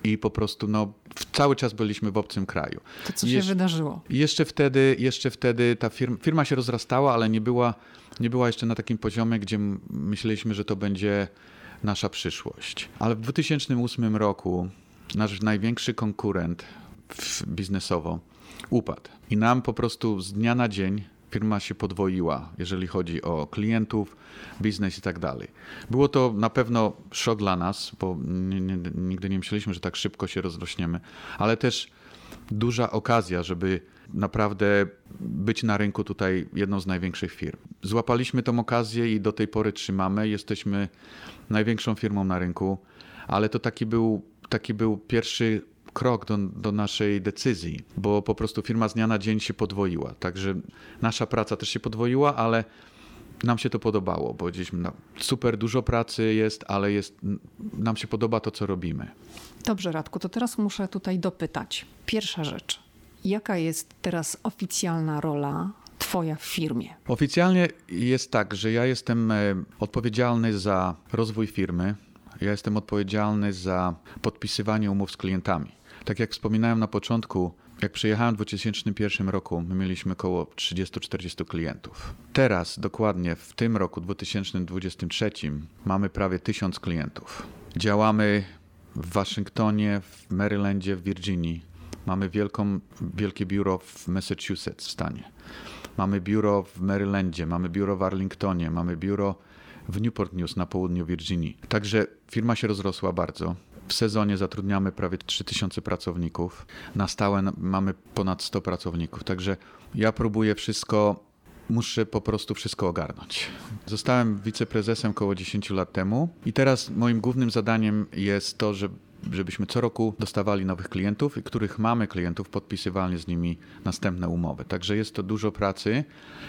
i po prostu no, cały czas byliśmy w obcym kraju. To co Jesz- się wydarzyło? Jeszcze wtedy, jeszcze wtedy ta firma, firma się rozrastała, ale nie była, nie była jeszcze na takim poziomie, gdzie myśleliśmy, że to będzie nasza przyszłość. Ale w dwa tysiące ósmym roku nasz największy konkurent biznesowo upadł. I nam po prostu z dnia na dzień firma się podwoiła, jeżeli chodzi o klientów, biznes i tak dalej. Było to na pewno szok dla nas, bo nie, nie, nigdy nie myśleliśmy, że tak szybko się rozrośniemy, ale też duża okazja, żeby naprawdę być na rynku tutaj jedną z największych firm. Złapaliśmy tą okazję i do tej pory trzymamy. Jesteśmy największą firmą na rynku, ale to taki był, taki był pierwszy krok do, do naszej decyzji, bo po prostu firma z dnia na dzień się podwoiła. Także nasza praca też się podwoiła, ale nam się to podobało, bo powiedzieliśmy, no, super dużo pracy jest, ale jest, nam się podoba to, co robimy. Dobrze, Radku, to teraz muszę tutaj dopytać. Pierwsza rzecz. Jaka jest teraz oficjalna rola twoja w firmie? Oficjalnie jest tak, że ja jestem odpowiedzialny za rozwój firmy. Ja jestem odpowiedzialny za podpisywanie umów z klientami. Tak jak wspominałem na początku, jak przyjechałem w dwa tysiące pierwszym roku, my mieliśmy około trzydzieści czterdzieści klientów. Teraz, dokładnie w tym roku, dwa tysiące dwudziestym trzecim, mamy prawie tysiąc klientów. Działamy w Waszyngtonie, w Marylandzie, w Virginii. Mamy wielką, wielkie biuro w Massachusetts w stanie. Mamy biuro w Marylandzie, mamy biuro w Arlingtonie, mamy biuro w Newport News na południu Virginii. Także firma się rozrosła bardzo. W sezonie zatrudniamy prawie trzy tysiące pracowników. Na stałe mamy ponad sto pracowników. Także ja próbuję wszystko, muszę po prostu wszystko ogarnąć. Zostałem wiceprezesem około dziesięć lat temu i teraz moim głównym zadaniem jest to, że żebyśmy co roku dostawali nowych klientów i których mamy klientów, podpisywali z nimi następne umowy. Także jest to dużo pracy,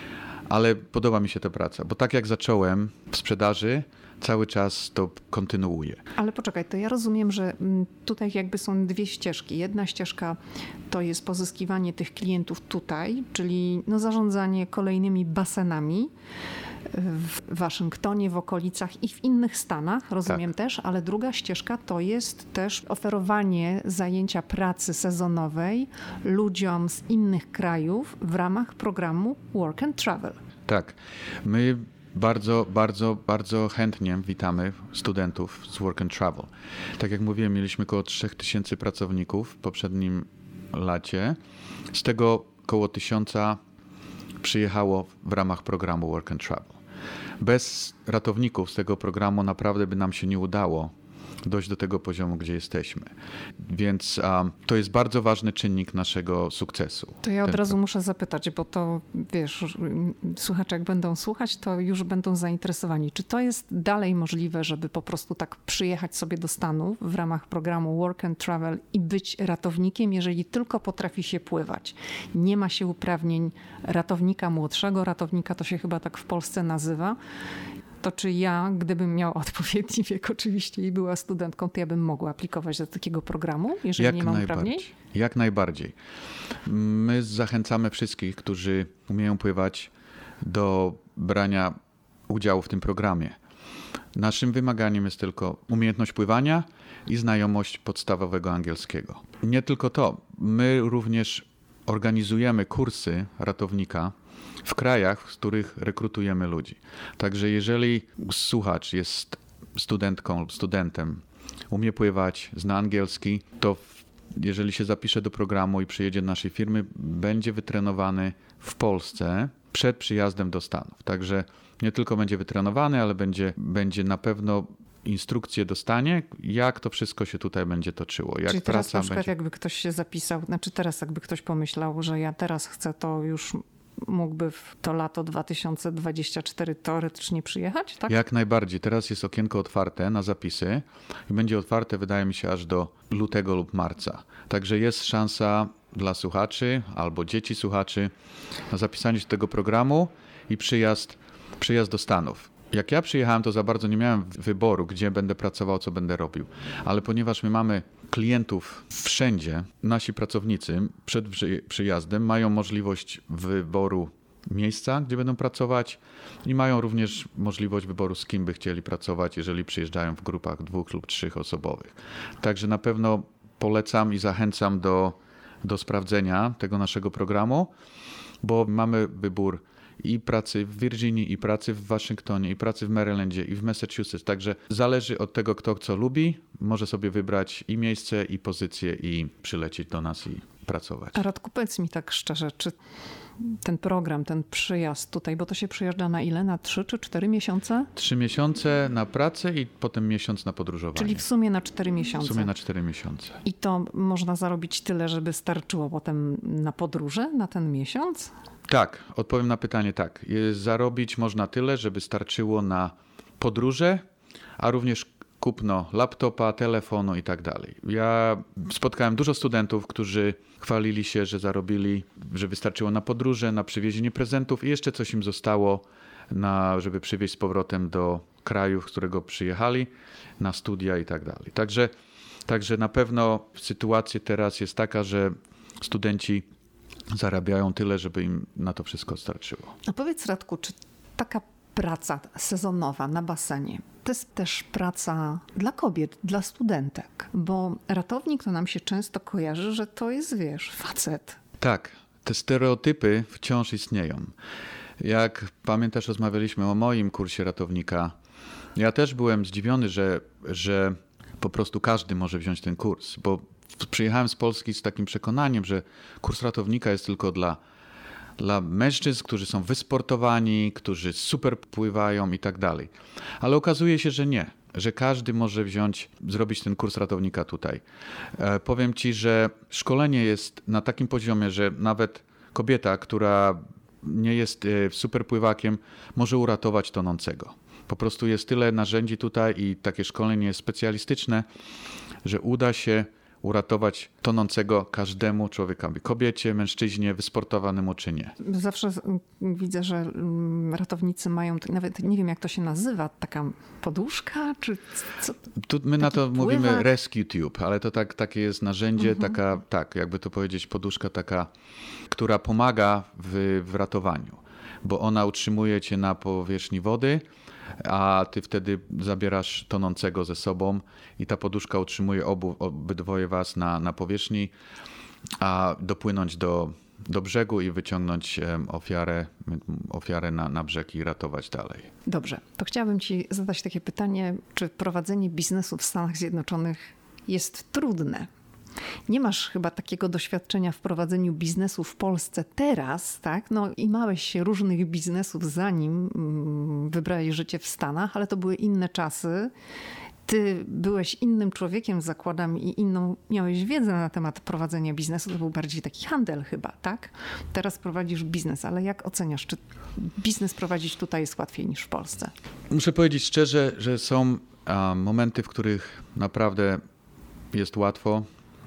ale podoba mi się ta praca, bo tak jak zacząłem w sprzedaży, cały czas to kontynuuję. Ale poczekaj, to ja rozumiem, że tutaj jakby są dwie ścieżki. Jedna ścieżka to jest pozyskiwanie tych klientów tutaj, czyli no zarządzanie kolejnymi basenami w Waszyngtonie, w okolicach i w innych stanach, rozumiem tak. też, ale druga ścieżka to jest też oferowanie zajęcia pracy sezonowej ludziom z innych krajów w ramach programu Work and Travel. Tak. My bardzo, bardzo, bardzo chętnie witamy studentów z Work and Travel. Tak jak mówiłem, mieliśmy około trzy tysiące pracowników w poprzednim lacie. Z tego około tysiąca przyjechało w ramach programu Work and Travel. Bez ratowników z tego programu naprawdę by nam się nie udało dojść do tego poziomu, gdzie jesteśmy. Więc um, to jest bardzo ważny czynnik naszego sukcesu. To ja od Ten... razu muszę zapytać, bo to wiesz, słuchacze jak będą słuchać, to już będą zainteresowani. Czy to jest dalej możliwe, żeby po prostu tak przyjechać sobie do Stanów w ramach programu Work and Travel i być ratownikiem, jeżeli tylko potrafi się pływać? Nie ma się uprawnień ratownika młodszego, ratownika to się chyba tak w Polsce nazywa. To czy ja, gdybym miała odpowiedni wiek oczywiście i była studentką, to ja bym mogła aplikować do takiego programu, jeżeli Jak nie mam uprawnień? Jak najbardziej. My zachęcamy wszystkich, którzy umieją pływać, do brania udziału w tym programie. Naszym wymaganiem jest tylko umiejętność pływania i znajomość podstawowego angielskiego. Nie tylko to, my również organizujemy kursy ratownika w krajach, z których rekrutujemy ludzi. Także jeżeli słuchacz jest studentką lub studentem, umie pływać, zna angielski, to jeżeli się zapisze do programu i przyjedzie do naszej firmy, będzie wytrenowany w Polsce przed przyjazdem do Stanów. Także nie tylko będzie wytrenowany, ale będzie, będzie na pewno instrukcje dostanie, jak to wszystko się tutaj będzie toczyło. Jak Czyli teraz praca na przykład będzie... jakby ktoś się zapisał, znaczy teraz jakby ktoś pomyślał, że ja teraz chcę, to już mógłby w to lato dwa tysiące dwudzieste czwarte teoretycznie przyjechać, tak? Jak najbardziej. Teraz jest okienko otwarte na zapisy i będzie otwarte, wydaje mi się, aż do lutego lub marca. Także jest szansa dla słuchaczy albo dzieci słuchaczy na zapisanie się do tego programu i przyjazd, przyjazd do Stanów. Jak ja przyjechałem, to za bardzo nie miałem wyboru, gdzie będę pracował, co będę robił. Ale ponieważ my mamy klientów wszędzie, nasi pracownicy przed przyjazdem mają możliwość wyboru miejsca, gdzie będą pracować i mają również możliwość wyboru, z kim by chcieli pracować, jeżeli przyjeżdżają w grupach dwóch lub trzech osobowych. Także na pewno polecam i zachęcam do, do sprawdzenia tego naszego programu, bo mamy wybór i pracy w Virginii, i pracy w Waszyngtonie, i pracy w Marylandzie, i w Massachusetts. Także zależy od tego, kto co lubi. Może sobie wybrać i miejsce, i pozycję i przylecieć do nas i pracować. A Radku, powiedz mi tak szczerze, czy ten program, ten przyjazd tutaj, bo to się przyjeżdża na ile? Na trzy czy cztery miesiące? Trzy miesiące na pracę i potem miesiąc na podróżowanie. Czyli w sumie na cztery miesiące. W sumie na cztery miesiące. I to można zarobić tyle, żeby starczyło potem na podróże, na ten miesiąc? Tak, odpowiem na pytanie tak. Zarobić można tyle, żeby starczyło na podróże, a również kupno laptopa, telefonu i tak dalej. Ja spotkałem dużo studentów, którzy chwalili się, że zarobili, że wystarczyło na podróże, na przywiezienie prezentów i jeszcze coś im zostało, na, żeby przywieźć z powrotem do kraju, z którego przyjechali, na studia i tak dalej. Także, także na pewno sytuacja teraz jest taka, że studenci zarabiają tyle, żeby im na to wszystko starczyło. A powiedz, Radku, czy taka praca sezonowa na basenie to jest też praca dla kobiet, dla studentek? Bo ratownik to nam się często kojarzy, że to jest, wiesz, facet. Tak, te stereotypy wciąż istnieją. Jak pamiętasz, rozmawialiśmy o moim kursie ratownika. Ja też byłem zdziwiony, że, że po prostu każdy może wziąć ten kurs, bo przyjechałem z Polski z takim przekonaniem, że kurs ratownika jest tylko dla, dla mężczyzn, którzy są wysportowani, którzy super pływają i tak dalej. Ale okazuje się, że nie, że każdy może wziąć, zrobić ten kurs ratownika tutaj. E, powiem ci, że szkolenie jest na takim poziomie, że nawet kobieta, która nie jest super pływakiem, może uratować tonącego. Po prostu jest tyle narzędzi tutaj i takie szkolenie jest specjalistyczne, że uda się uratować tonącego każdemu człowiekowi. Kobiecie, mężczyźnie, wysportowanemu czy nie. Zawsze widzę, że ratownicy mają, nawet nie wiem jak to się nazywa, taka poduszka, czy co? Tu my na to pływak? Mówimy rescue tube, ale to tak, takie jest narzędzie, Mhm. taka, tak, jakby to powiedzieć, poduszka taka, która pomaga w, w ratowaniu, bo ona utrzymuje cię na powierzchni wody, a ty wtedy zabierasz tonącego ze sobą i ta poduszka utrzymuje obu, obydwoje was na, na powierzchni, a dopłynąć do, do brzegu i wyciągnąć ofiarę, ofiarę na, na brzeg i ratować dalej. Dobrze, to chciałabym ci zadać takie pytanie, czy prowadzenie biznesu w Stanach Zjednoczonych jest trudne? Nie masz chyba takiego doświadczenia w prowadzeniu biznesu w Polsce teraz, tak? No i małeś się różnych biznesów zanim mm, wybrałeś życie w Stanach, ale to były inne czasy. Ty byłeś innym człowiekiem, zakładam, i inną miałeś wiedzę na temat prowadzenia biznesu. To był bardziej taki handel chyba, tak? Teraz prowadzisz biznes, ale jak oceniasz, czy biznes prowadzić tutaj jest łatwiej niż w Polsce? Muszę powiedzieć szczerze, że są um, momenty, w których naprawdę jest łatwo,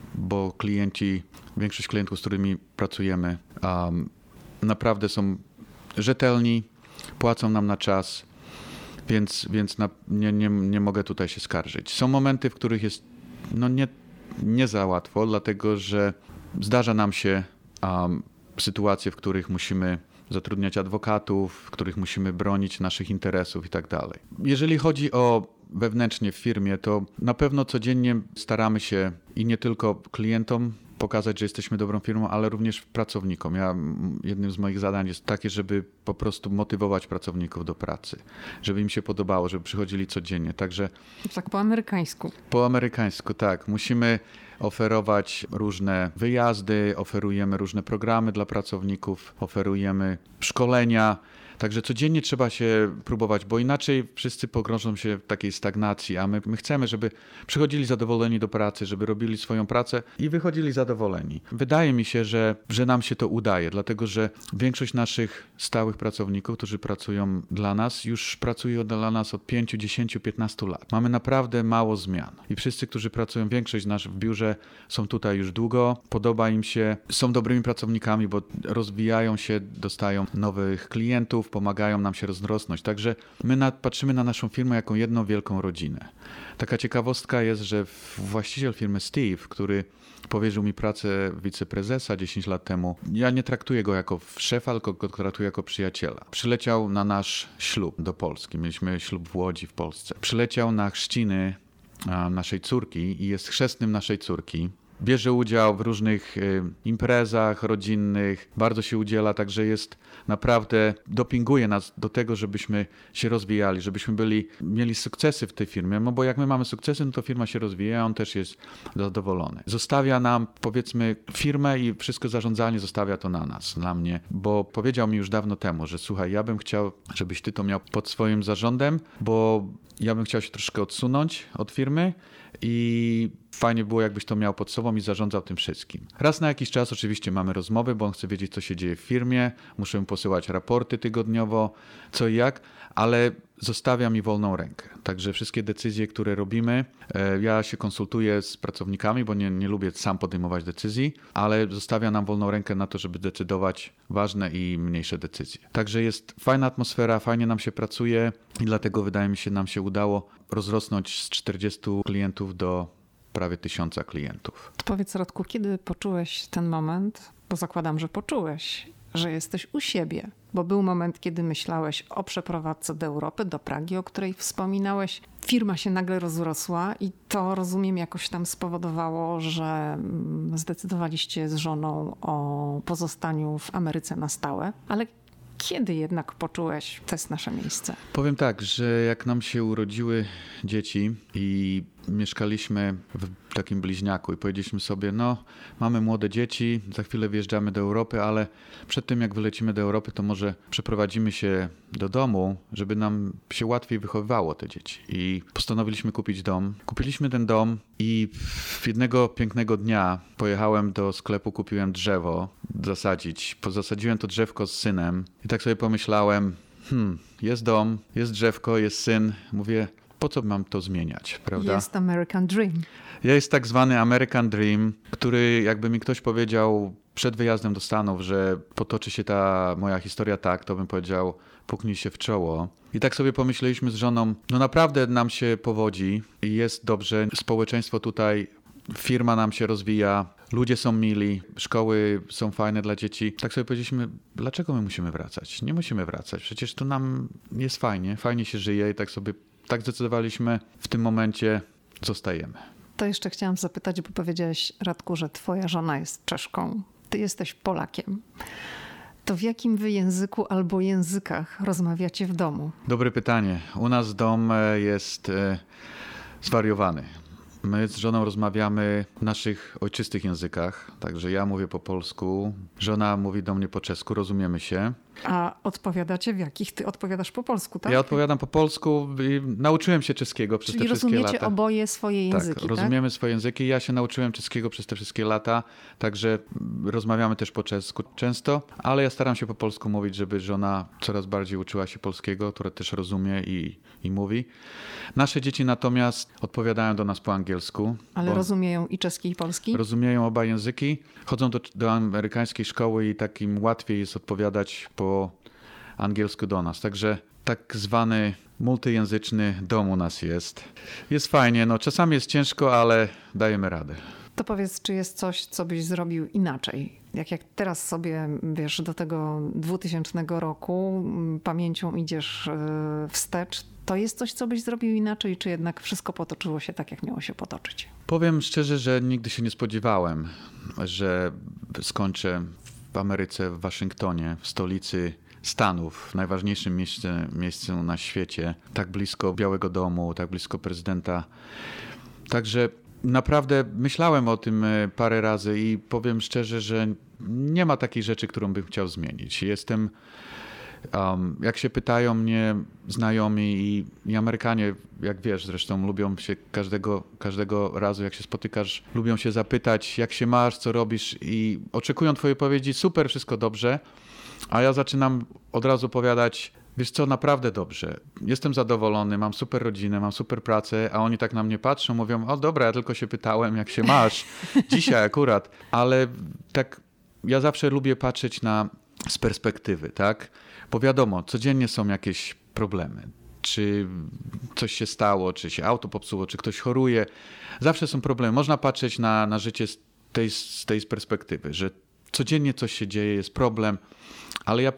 bo klienci, większość klientów, z którymi pracujemy, um, naprawdę są rzetelni, płacą nam na czas, więc, więc na, nie, nie, nie mogę tutaj się skarżyć. Są momenty, w których jest no nie, nie za łatwo, dlatego że zdarza nam się um, sytuacje, w których musimy zatrudniać adwokatów, w których musimy bronić naszych interesów i tak dalej. Jeżeli chodzi o wewnętrznie w firmie, to na pewno codziennie staramy się i nie tylko klientom pokazać, że jesteśmy dobrą firmą, ale również pracownikom. Ja, jednym z moich zadań jest takie, żeby po prostu motywować pracowników do pracy, żeby im się podobało, żeby przychodzili codziennie. Także tak po amerykańsku. Po amerykańsku, tak. Musimy oferować różne wyjazdy, oferujemy różne programy dla pracowników, oferujemy szkolenia. Także codziennie trzeba się próbować, bo inaczej wszyscy pogrążą się w takiej stagnacji, a my, my chcemy, żeby przychodzili zadowoleni do pracy, żeby robili swoją pracę i wychodzili zadowoleni. Wydaje mi się, że, że nam się to udaje, dlatego że większość naszych stałych pracowników, którzy pracują dla nas, już pracują dla nas od pięć, dziesięć, piętnaście lat. Mamy naprawdę mało zmian i wszyscy, którzy pracują, większość nasz w biurze są tutaj już długo, podoba im się, są dobrymi pracownikami, bo rozwijają się, dostają nowych klientów, pomagają nam się rozrosnąć. Także my na, patrzymy na naszą firmę jako jedną wielką rodzinę. Taka ciekawostka jest, że właściciel firmy Steve, który powierzył mi pracę wiceprezesa dziesięć lat temu, ja nie traktuję go jako szefa, tylko go traktuję jako przyjaciela. Przyleciał na nasz ślub do Polski. Mieliśmy ślub w Łodzi w Polsce. Przyleciał na chrzciny naszej córki i jest chrzestnym naszej córki. Bierze udział w różnych imprezach rodzinnych, bardzo się udziela, także jest naprawdę, dopinguje nas do tego, żebyśmy się rozwijali, żebyśmy byli, mieli sukcesy w tej firmie, no bo jak my mamy sukcesy, no to firma się rozwija, on też jest zadowolony. Zostawia nam, powiedzmy, firmę i wszystko zarządzanie zostawia to na nas, na mnie, bo powiedział mi już dawno temu, że słuchaj, ja bym chciał, żebyś ty to miał pod swoim zarządem, bo ja bym chciał się troszkę odsunąć od firmy i fajnie było, jakbyś to miał pod sobą i zarządzał tym wszystkim. Raz na jakiś czas oczywiście mamy rozmowy, bo on chce wiedzieć, co się dzieje w firmie, muszę mu posyłać raporty tygodniowo, co i jak, ale zostawia mi wolną rękę. Także wszystkie decyzje, które robimy, ja się konsultuję z pracownikami, bo nie, nie lubię sam podejmować decyzji, ale zostawia nam wolną rękę na to, żeby decydować ważne i mniejsze decyzje. Także jest fajna atmosfera, fajnie nam się pracuje i dlatego wydaje mi się, nam się udało rozrosnąć z czterdziestu klientów do prawie tysiąca klientów. To powiedz, Radku, kiedy poczułeś ten moment, bo zakładam, że poczułeś, że jesteś u siebie, bo był moment, kiedy myślałeś o przeprowadzce do Europy, do Pragi, o której wspominałeś. Firma się nagle rozrosła i to, rozumiem, jakoś tam spowodowało, że zdecydowaliście z żoną o pozostaniu w Ameryce na stałe, ale kiedy jednak poczułeś, to jest nasze miejsce? Powiem tak, że jak nam się urodziły dzieci i mieszkaliśmy w takim bliźniaku i powiedzieliśmy sobie, no mamy młode dzieci, za chwilę wjeżdżamy do Europy, ale przed tym jak wylecimy do Europy, to może przeprowadzimy się do domu, żeby nam się łatwiej wychowywało te dzieci. I postanowiliśmy kupić dom. Kupiliśmy ten dom i jednego pięknego dnia pojechałem do sklepu, kupiłem drzewo zasadzić. Zasadziłem to drzewko z synem i tak sobie pomyślałem, hmm, jest dom, jest drzewko, jest syn. Mówię, po co mam to zmieniać, prawda? Jest American Dream. Jest tak zwany American Dream, który jakby mi ktoś powiedział przed wyjazdem do Stanów, że potoczy się ta moja historia tak, to bym powiedział, puknij się w czoło. I tak sobie pomyśleliśmy z żoną, no naprawdę nam się powodzi i jest dobrze, społeczeństwo tutaj, firma nam się rozwija, ludzie są mili, szkoły są fajne dla dzieci. Tak sobie powiedzieliśmy, dlaczego my musimy wracać? Nie musimy wracać, przecież tu nam jest fajnie, fajnie się żyje i tak sobie tak zdecydowaliśmy, w tym momencie zostajemy. To jeszcze chciałam zapytać, bo powiedziałeś, Radku, że twoja żona jest Czeszką, ty jesteś Polakiem. To w jakim wy języku albo językach rozmawiacie w domu? Dobre pytanie. U nas dom jest zwariowany. My z żoną rozmawiamy w naszych ojczystych językach, także ja mówię po polsku, żona mówi do mnie po czesku, rozumiemy się. A odpowiadacie w jakich? Ty odpowiadasz po polsku, tak? Ja odpowiadam po polsku i nauczyłem się czeskiego przez Czyli te wszystkie lata. rozumiecie oboje swoje języki, tak? rozumiemy tak? swoje języki. Ja się nauczyłem czeskiego przez te wszystkie lata, także rozmawiamy też po czesku często, ale ja staram się po polsku mówić, żeby żona coraz bardziej uczyła się polskiego, które też rozumie i, i mówi. Nasze dzieci natomiast odpowiadają do nas po angielsku. Ale rozumieją i czeski, i polski? Rozumieją oba języki. Chodzą do, do amerykańskiej szkoły i takim łatwiej jest odpowiadać po angielsku do nas. Także tak zwany multijęzyczny dom u nas jest. Jest fajnie, no czasami jest ciężko, ale dajemy radę. To powiedz, czy jest coś, co byś zrobił inaczej? Jak, jak teraz sobie, wiesz, do tego dwutysięcznego roku pamięcią idziesz wstecz, to jest coś, co byś zrobił inaczej, czy jednak wszystko potoczyło się tak, jak miało się potoczyć? Powiem szczerze, że nigdy się nie spodziewałem, że skończę w Ameryce, w Waszyngtonie, w stolicy Stanów, w najważniejszym miejscu, miejscu na świecie, tak blisko Białego Domu, tak blisko prezydenta. Także naprawdę myślałem o tym parę razy i powiem szczerze, że nie ma takiej rzeczy, którą bym chciał zmienić. Jestem, um, jak się pytają mnie znajomi i, i Amerykanie, jak wiesz zresztą, lubią się każdego, każdego razu, jak się spotykasz, lubią się zapytać, jak się masz, co robisz i oczekują twojej odpowiedzi, super, wszystko dobrze, a ja zaczynam od razu opowiadać, wiesz co, naprawdę dobrze. Jestem zadowolony, mam super rodzinę, mam super pracę, a oni tak na mnie patrzą, mówią, o dobra, ja tylko się pytałem, jak się masz, dzisiaj akurat. Ale tak ja zawsze lubię patrzeć na z perspektywy, tak? Bo wiadomo, codziennie są jakieś problemy. Czy coś się stało, czy się auto popsuło, czy ktoś choruje. Zawsze są problemy. Można patrzeć na, na życie z tej, z tej perspektywy, że codziennie coś się dzieje, jest problem, ale ja patrzę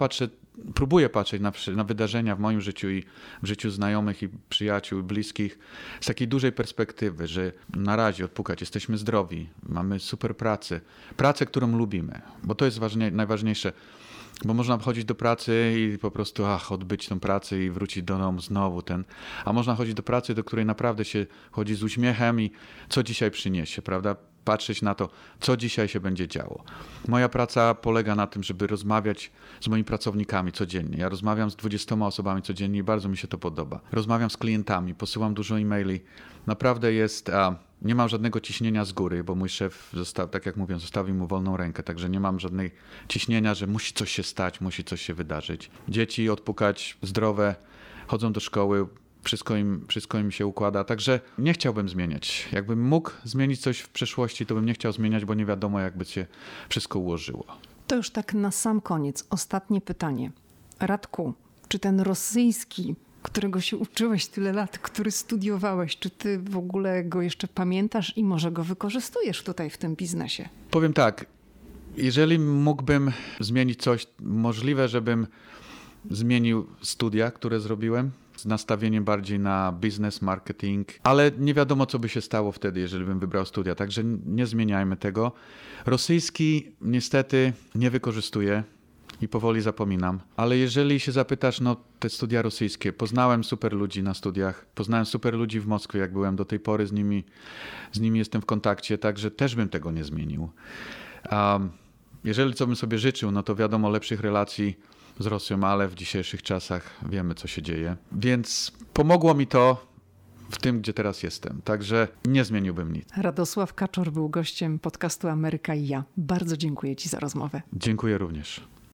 próbuję patrzeć na, na wydarzenia w moim życiu i w życiu znajomych i przyjaciół i bliskich z takiej dużej perspektywy, że na razie odpukać, jesteśmy zdrowi, mamy super pracę, pracę, którą lubimy, bo to jest ważnie, najważniejsze. Bo można chodzić do pracy i po prostu ach, odbyć tą pracę i wrócić do domu znowu ten. A można chodzić do pracy, do której naprawdę się chodzi z uśmiechem i co dzisiaj przyniesie, prawda? Patrzeć na to, co dzisiaj się będzie działo. Moja praca polega na tym, żeby rozmawiać z moimi pracownikami codziennie. Ja rozmawiam z dwudziestoma osobami codziennie i bardzo mi się to podoba. Rozmawiam z klientami, posyłam dużo e-maili. Naprawdę jest... A, nie mam żadnego ciśnienia z góry, bo mój szef, został, tak jak mówię, zostawił mu wolną rękę, także nie mam żadnej ciśnienia, że musi coś się stać, musi coś się wydarzyć. Dzieci odpukać, zdrowe, chodzą do szkoły, wszystko im, wszystko im się układa, także nie chciałbym zmieniać. Jakbym mógł zmienić coś w przeszłości, to bym nie chciał zmieniać, bo nie wiadomo, jakby się wszystko ułożyło. To już tak na sam koniec, ostatnie pytanie. Radku, czy ten rosyjski, którego się uczyłeś tyle lat, który studiowałeś, czy ty w ogóle go jeszcze pamiętasz i może go wykorzystujesz tutaj w tym biznesie? Powiem tak, jeżeli mógłbym zmienić coś, możliwe, żebym zmienił studia, które zrobiłem, z nastawieniem bardziej na biznes, marketing, ale nie wiadomo, co by się stało wtedy, jeżeli bym wybrał studia, także nie zmieniajmy tego. Rosyjski niestety nie wykorzystuję i powoli zapominam, ale jeżeli się zapytasz, no te studia rosyjskie, poznałem super ludzi na studiach, poznałem super ludzi w Moskwie, jak byłem do tej pory z nimi, z nimi jestem w kontakcie, także też bym tego nie zmienił. Um, jeżeli co bym sobie życzył, no to wiadomo lepszych relacji z Rosją, ale w dzisiejszych czasach wiemy, co się dzieje. Więc pomogło mi to w tym, gdzie teraz jestem. Także nie zmieniłbym nic. Radosław Kaczor był gościem podcastu Ameryka i ja. Bardzo dziękuję ci za rozmowę. Dziękuję również.